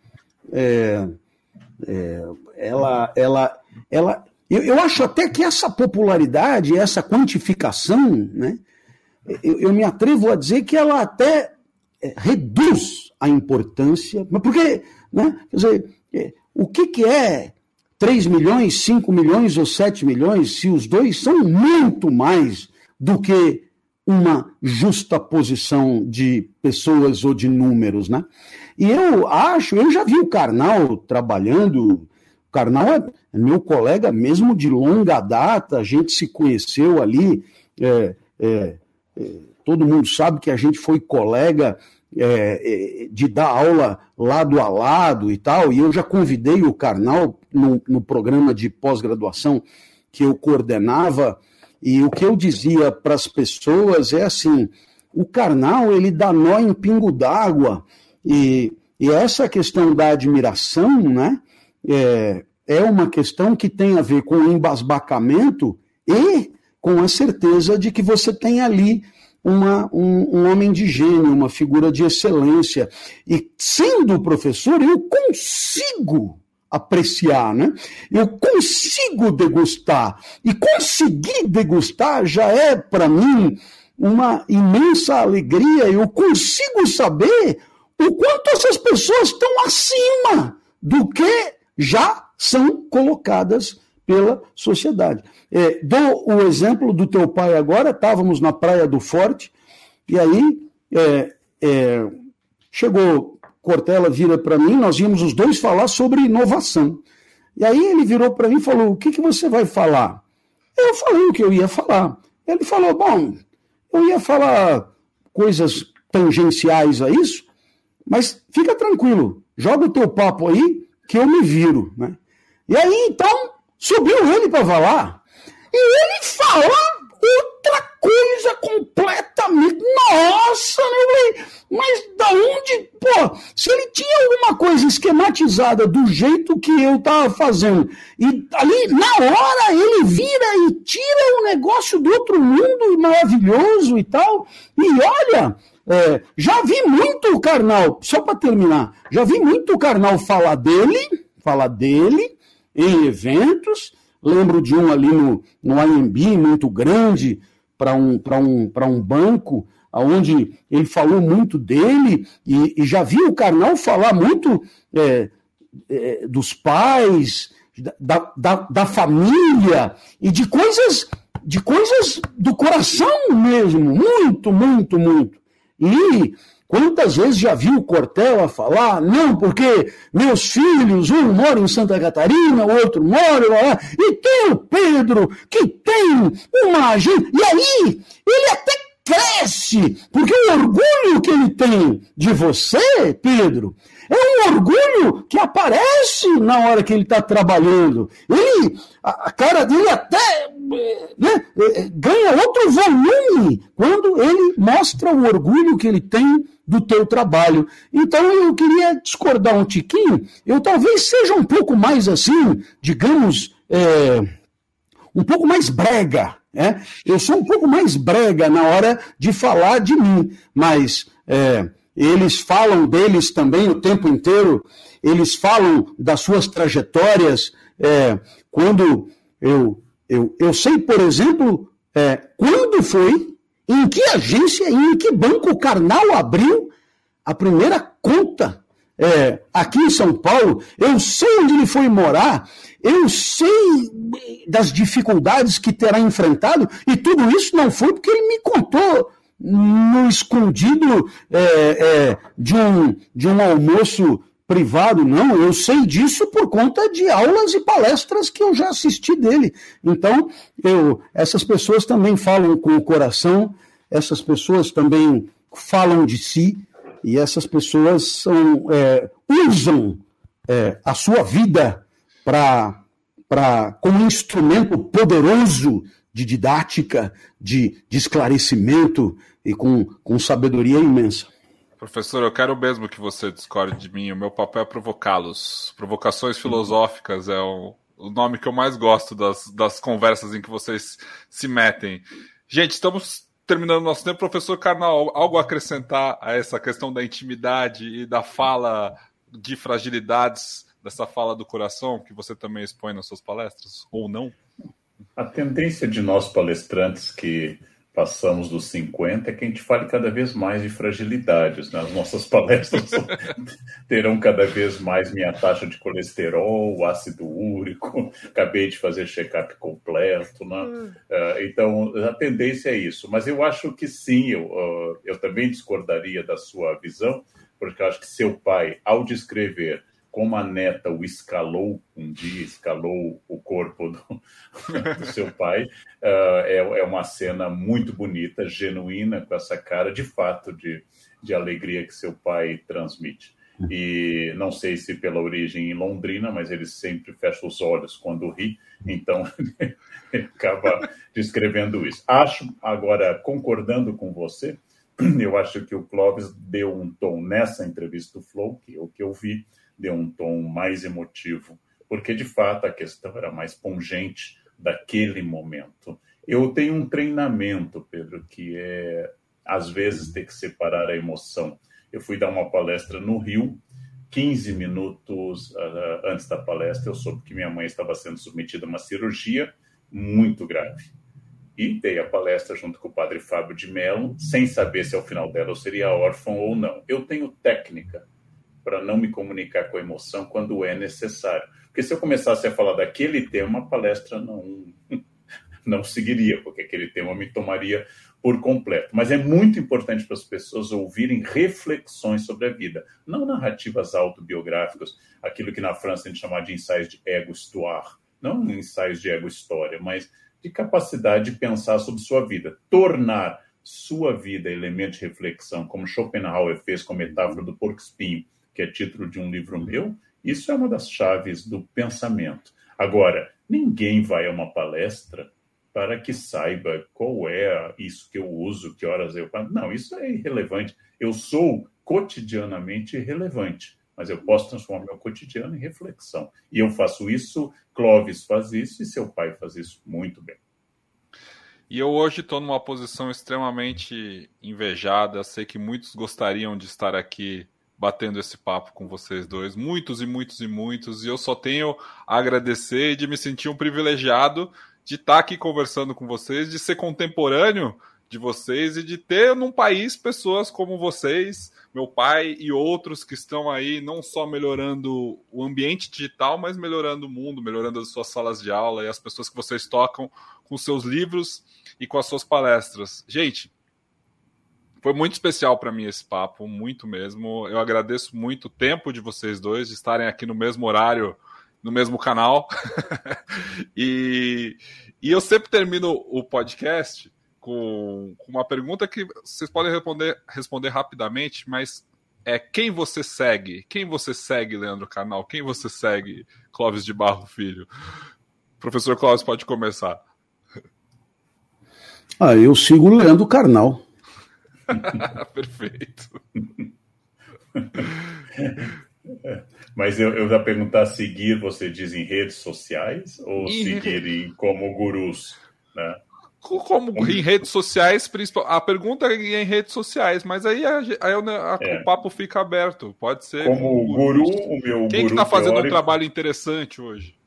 eu acho até que essa popularidade, essa quantificação, né, eu me atrevo a dizer que ela até reduz a importância, mas porque, né, quer dizer, o que é 3 milhões, 5 milhões ou 7 milhões, se os dois são muito mais do que uma justa posição de pessoas ou de números, né? E eu já vi o Karnal trabalhando. O Karnal é meu colega mesmo de longa data, a gente se conheceu ali, todo mundo sabe que a gente foi colega de dar aula lado a lado e tal, e eu já convidei o Karnal no programa de pós-graduação que eu coordenava, e o que eu dizia para as pessoas é assim, o Karnal, ele dá nó em pingo d'água, e essa questão da admiração, né, é uma questão que tem a ver com o embasbacamento e com a certeza de que você tem ali um homem de gênio, uma figura de excelência. E sendo professor, eu consigo apreciar, né? Eu consigo degustar. E conseguir degustar já é, para mim, uma imensa alegria. Eu consigo saber o quanto essas pessoas estão acima do que já são colocadas pela sociedade. Dou o exemplo do teu pai agora, estávamos na Praia do Forte, e aí chegou Cortella, vira para mim, nós íamos os dois falar sobre inovação. E aí ele virou para mim e falou, o que você vai falar? Eu falei o que eu ia falar. Ele falou, bom, eu ia falar coisas tangenciais a isso, mas fica tranquilo, joga o teu papo aí, que eu me viro, né? E aí, então, subiu ele para falar, e ele fala outra coisa completamente, nossa, né? Mas da onde, pô, se ele tinha alguma coisa esquematizada do jeito que eu estava fazendo, e ali, na hora, ele vira e tira o negócio do outro mundo maravilhoso e tal, e olha, já vi muito o Karnal, só para terminar, já vi muito o Karnal falar dele em eventos, lembro de um ali no IMB, muito grande, para um banco, onde ele falou muito dele, e já vi o Karnal falar muito dos pais, da família, e de coisas do coração mesmo, muito, muito, muito. E quantas vezes já viu o Cortella falar, não, porque meus filhos, um mora em Santa Catarina, o outro mora lá, e tem o Pedro, que tem uma agenda, e aí ele até cresce, porque o orgulho que ele tem de você, Pedro, é um orgulho que aparece na hora que ele está trabalhando. A cara dele até né, ganha outro volume quando ele mostra o orgulho que ele tem do teu trabalho. Então eu queria discordar um tiquinho, eu talvez seja um pouco mais assim, digamos, um pouco mais brega, né? Eu sou um pouco mais brega na hora de falar de mim, mas eles falam deles também o tempo inteiro, eles falam das suas trajetórias, quando eu sei, por exemplo, quando foi, em que agência e em que banco o Karnal abriu a primeira conta aqui em São Paulo. Eu sei onde ele foi morar, eu sei das dificuldades que terá enfrentado, e tudo isso não foi porque ele me contou no escondido de um almoço privado, não. Eu sei disso por conta de aulas e palestras que eu já assisti dele. Então, essas pessoas também falam com o coração, essas pessoas também falam de si, e essas pessoas usam a sua vida como instrumento poderoso de didática, de esclarecimento e com sabedoria imensa. Professor, eu quero mesmo que você discorde de mim. O meu papel é provocá-los. Provocações filosóficas é o nome que eu mais gosto das conversas em que vocês se metem. Gente, estamos terminando nosso tempo. Professor Karnal, algo a acrescentar a essa questão da intimidade e da fala de fragilidades, dessa fala do coração, que você também expõe nas suas palestras, ou não? A tendência de nós palestrantes que passamos dos 50 é que a gente fale cada vez mais de fragilidades, né? As nossas palestras terão cada vez mais minha taxa de colesterol, ácido úrico, acabei de fazer check-up completo, né? Então, a tendência é isso. Mas eu acho que sim, eu também discordaria da sua visão, porque eu acho que seu pai, ao descrever como a neta o escalou um dia, escalou o corpo do seu pai, é uma cena muito bonita, genuína, com essa cara de fato de alegria que seu pai transmite. E não sei se pela origem em Londrina, mas ele sempre fecha os olhos quando ri, então ele acaba descrevendo isso. Acho, agora, concordando com você, eu acho que o Clóvis deu um tom nessa entrevista do Flow, que eu vi, deu um tom mais emotivo, porque, de fato, a questão era mais pungente daquele momento. Eu tenho um treinamento, Pedro, que às vezes, ter que separar a emoção. Eu fui dar uma palestra no Rio, 15 minutos antes da palestra, eu soube que minha mãe estava sendo submetida a uma cirurgia muito grave. E dei a palestra junto com o padre Fábio de Mello, sem saber se ao final dela eu seria órfão ou não. Eu tenho técnica para não me comunicar com a emoção quando é necessário. Porque se eu começasse a falar daquele tema, a palestra não seguiria, porque aquele tema me tomaria por completo. Mas é muito importante para as pessoas ouvirem reflexões sobre a vida, não narrativas autobiográficas, aquilo que na França a gente chama de ensaios de ego-histoire, não ensaios de ego-história, mas de capacidade de pensar sobre sua vida, tornar sua vida elemento de reflexão, como Schopenhauer fez com a metáfora do porco-espinho, que é título de um livro meu, isso é uma das chaves do pensamento. Agora, ninguém vai a uma palestra para que saiba qual é isso que eu uso, que horas eu faço. Não, isso é irrelevante. Eu sou cotidianamente relevante, mas eu posso transformar meu cotidiano em reflexão. E eu faço isso, Clóvis faz isso e seu pai faz isso muito bem. E eu hoje estou numa posição extremamente invejada. Sei que muitos gostariam de estar aqui batendo esse papo com vocês dois, muitos e muitos e muitos, e eu só tenho a agradecer e de me sentir um privilegiado de estar aqui conversando com vocês, de ser contemporâneo de vocês e de ter num país pessoas como vocês, meu pai e outros que estão aí não só melhorando o ambiente digital, mas melhorando o mundo, melhorando as suas salas de aula e as pessoas que vocês tocam com seus livros e com as suas palestras. Gente, foi muito especial para mim esse papo, muito mesmo. Eu agradeço muito o tempo de vocês dois, de estarem aqui no mesmo horário, no mesmo canal. E eu sempre termino o podcast com uma pergunta que vocês podem responder rapidamente, mas quem você segue? Quem você segue, Leandro Karnal? Quem você segue, Clóvis de Barro Filho? Professor Clóvis, pode começar. Eu sigo lendo o Karnal. Perfeito. Mas eu já perguntar, seguir, você diz em redes sociais ou seguir como gurus, né? Como em redes sociais, a pergunta é em redes sociais, mas aí o papo fica aberto. Pode ser. Como guru, o meu Quem guru que está fazendo teórico, um trabalho interessante hoje?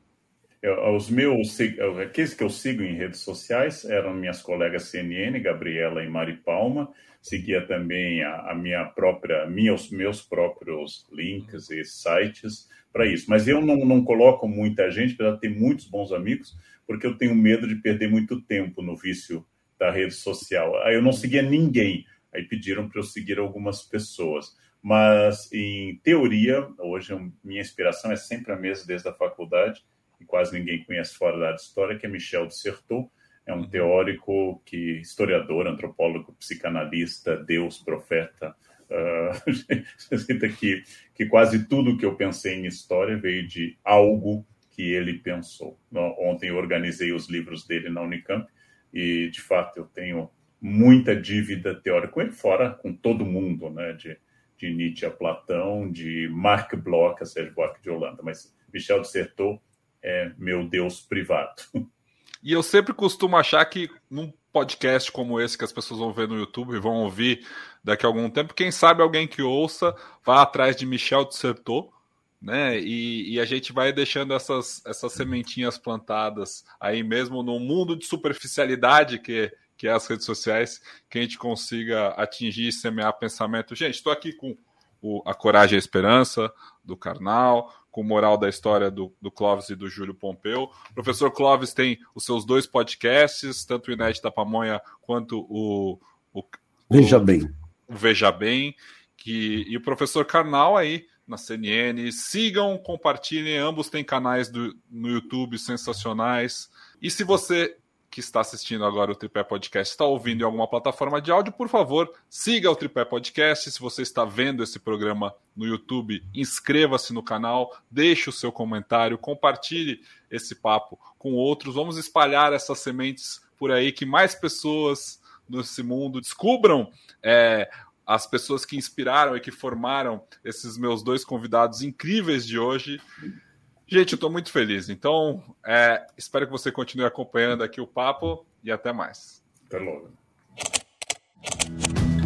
Aqueles que eu sigo em redes sociais eram minhas colegas CNN, Gabriela e Mari Palma. Seguia também os meus próprios links e sites para isso. Mas eu não coloco muita gente, apesar de ter muitos bons amigos, porque eu tenho medo de perder muito tempo no vício da rede social. Aí eu não seguia ninguém. Aí pediram para eu seguir algumas pessoas. Mas, em teoria, hoje minha inspiração é sempre a mesma desde a faculdade, e quase ninguém conhece fora da área de história, que é Michel de Certeau. É um teórico, historiador, antropólogo, psicanalista, Deus, profeta. Que quase tudo que eu pensei em história veio de algo que ele pensou. Ontem eu organizei os livros dele na Unicamp e, de fato, eu tenho muita dívida teórica com ele, fora com todo mundo, né? De Nietzsche a Platão, de Marc Bloch a Sérgio Buarque de Holanda. Mas Michel de Certeau é meu Deus privado. E eu sempre costumo achar que num podcast como esse que as pessoas vão ver no YouTube e vão ouvir daqui a algum tempo, quem sabe alguém que ouça vá atrás de Michel de Certeau, né? E a gente vai deixando essas sementinhas plantadas aí mesmo no mundo de superficialidade que é as redes sociais, que a gente consiga atingir e semear pensamento. Gente, estou aqui com A Coragem e a Esperança, do Karnal, com o Moral da História do Clóvis e do Júlio Pompeu. O professor Clóvis tem os seus 2 podcasts, tanto o Inédito da Pamonha quanto o Veja Bem. O Veja Bem. E o professor Karnal aí na CNN. Sigam, compartilhem, ambos têm canais no YouTube sensacionais. E se você que está assistindo agora o Tripé Podcast está ouvindo em alguma plataforma de áudio, por favor, siga o Tripé Podcast. Se você está vendo esse programa no YouTube, inscreva-se no canal, deixe o seu comentário, compartilhe esse papo com outros. Vamos espalhar essas sementes por aí, que mais pessoas nesse mundo descubram as pessoas que inspiraram e que formaram esses meus 2 convidados incríveis de hoje. Gente, eu estou muito feliz. Então, espero que você continue acompanhando aqui o papo e até mais. Até logo.